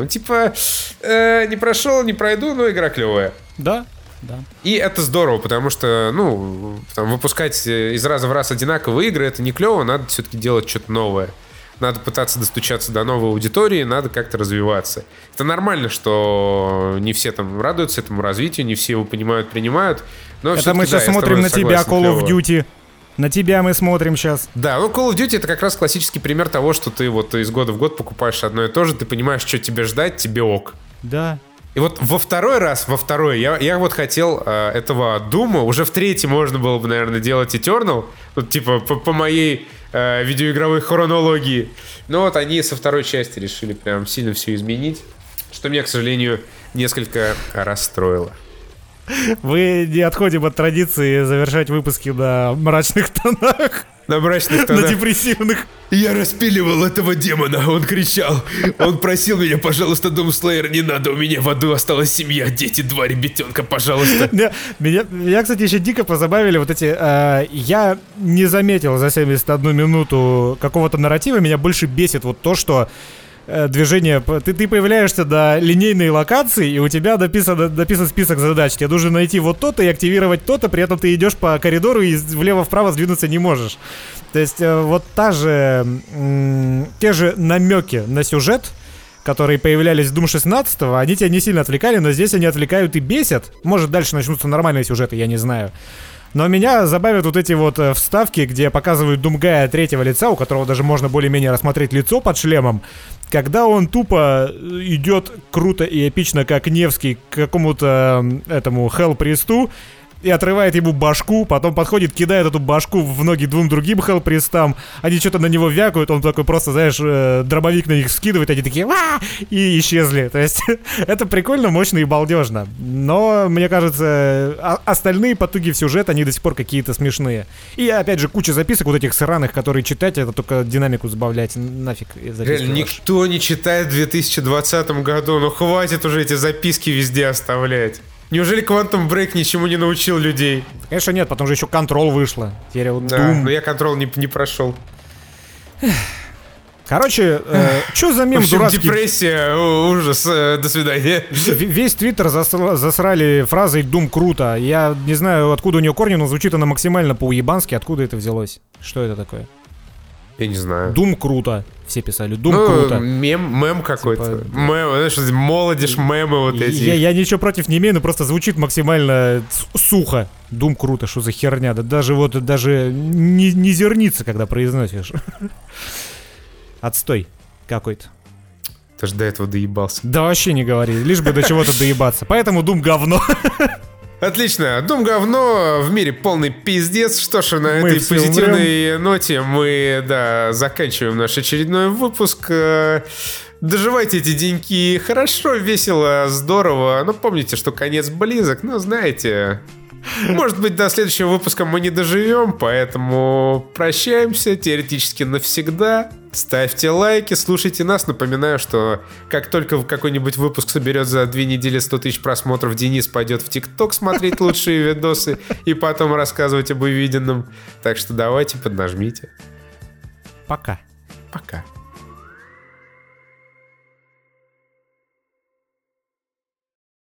Не прошел, не пройду, но игра клевая. Да. И это здорово, потому что, выпускать из раза в раз одинаковые игры, это не клево, надо все-таки делать что-то новое. Надо пытаться достучаться до новой аудитории, надо как-то развиваться. Это нормально, что не все там радуются этому развитию, не все его понимают, принимают. Но это мы сейчас смотрим на тебя, Call of Duty. На тебя мы смотрим сейчас. Да, Call of Duty это как раз классический пример того, что ты вот из года в год покупаешь одно и то же, ты понимаешь, что тебе ждать, тебе ок. Да. И вот во второй я вот хотел этого Дума, уже в третий можно было бы, наверное, делать Eternal, по моей видеоигровой хронологии. Но вот они со второй части решили прям сильно все изменить, что меня, к сожалению, несколько расстроило. Мы не отходим от традиции завершать выпуски на мрачных тонах. На мрачных тонах. На депрессивных. Я распиливал этого демона, он кричал. Он просил меня, пожалуйста, Doom Slayer, не надо, у меня в аду осталась семья, дети, 2 ребятенка, пожалуйста. Меня, кстати, еще дико позабавили вот эти... Я не заметил за 71 минуту какого-то нарратива, меня больше бесит вот то, что движение... Ты появляешься до линейной локации, и у тебя дописан список задач. Тебе нужно найти вот то-то и активировать то-то, при этом ты идешь по коридору и влево-вправо сдвинуться не можешь. То есть вот те же намеки на сюжет, которые появлялись в Doom 16, они тебя не сильно отвлекали, но здесь они отвлекают и бесят. Может, дальше начнутся нормальные сюжеты, я не знаю. Но меня забавят вот эти вот вставки, где показывают Думгая третьего лица, у которого даже можно более-менее рассмотреть лицо под шлемом, когда он тупо идет круто и эпично, как Невский, к какому-то этому Хелл-присту, и отрывает ему башку, потом подходит, кидает эту башку в ноги 2 другим хелл-пристам, они что-то на него вякают, он такой просто, знаешь, дробовик на них скидывает, они такие «Ва!» и исчезли. То есть это прикольно, мощно и балдежно. Но, мне кажется, остальные потуги в сюжет, они до сих пор какие-то смешные. И, опять же, куча записок вот этих сраных, которые читать, это только динамику сбавлять. Нафиг записки. Реально, никто не читает в 2020 году, хватит уже эти записки везде оставлять. Неужели Quantum Break ничему не научил людей? Конечно нет, потом же еще Control вышла. Теперь вот Да, Doom. но я Control не прошел. Короче, что за мем В общем, дурацкий? депрессия, ужас, до свидания. Весь твиттер засрали фразой «Doom круто». Я не знаю, откуда у нее корни, но звучит она максимально по-уебански. Откуда это взялось? Что это такое? Я не знаю. «Doom круто». Все писали «Doom круто». Мем какой-то. Типа, Мем, знаешь, молодежь, мемы вот эти. Я ничего против не имею, но просто звучит максимально сухо. «Doom круто», что за херня? Да даже не зернится, когда произносишь. Отстой какой-то. Ты же до этого доебался. Да вообще не говори, лишь бы до чего-то доебаться. Поэтому Doom говно. Отлично. Doom говно, в мире полный пиздец. Что ж, на Мы этой все позитивной ноте мы, заканчиваем наш очередной выпуск. Доживайте эти деньки хорошо, весело, здорово. Но помните, что конец близок. Но знаете, может быть, до следующего выпуска мы не доживем, поэтому прощаемся теоретически навсегда. Ставьте лайки, слушайте нас. Напоминаю, что как только какой-нибудь выпуск соберет за 2 недели 100 тысяч просмотров, Денис пойдет в ТикТок смотреть лучшие видосы и потом рассказывать об увиденном. Так что давайте поднажмите. Пока. Пока.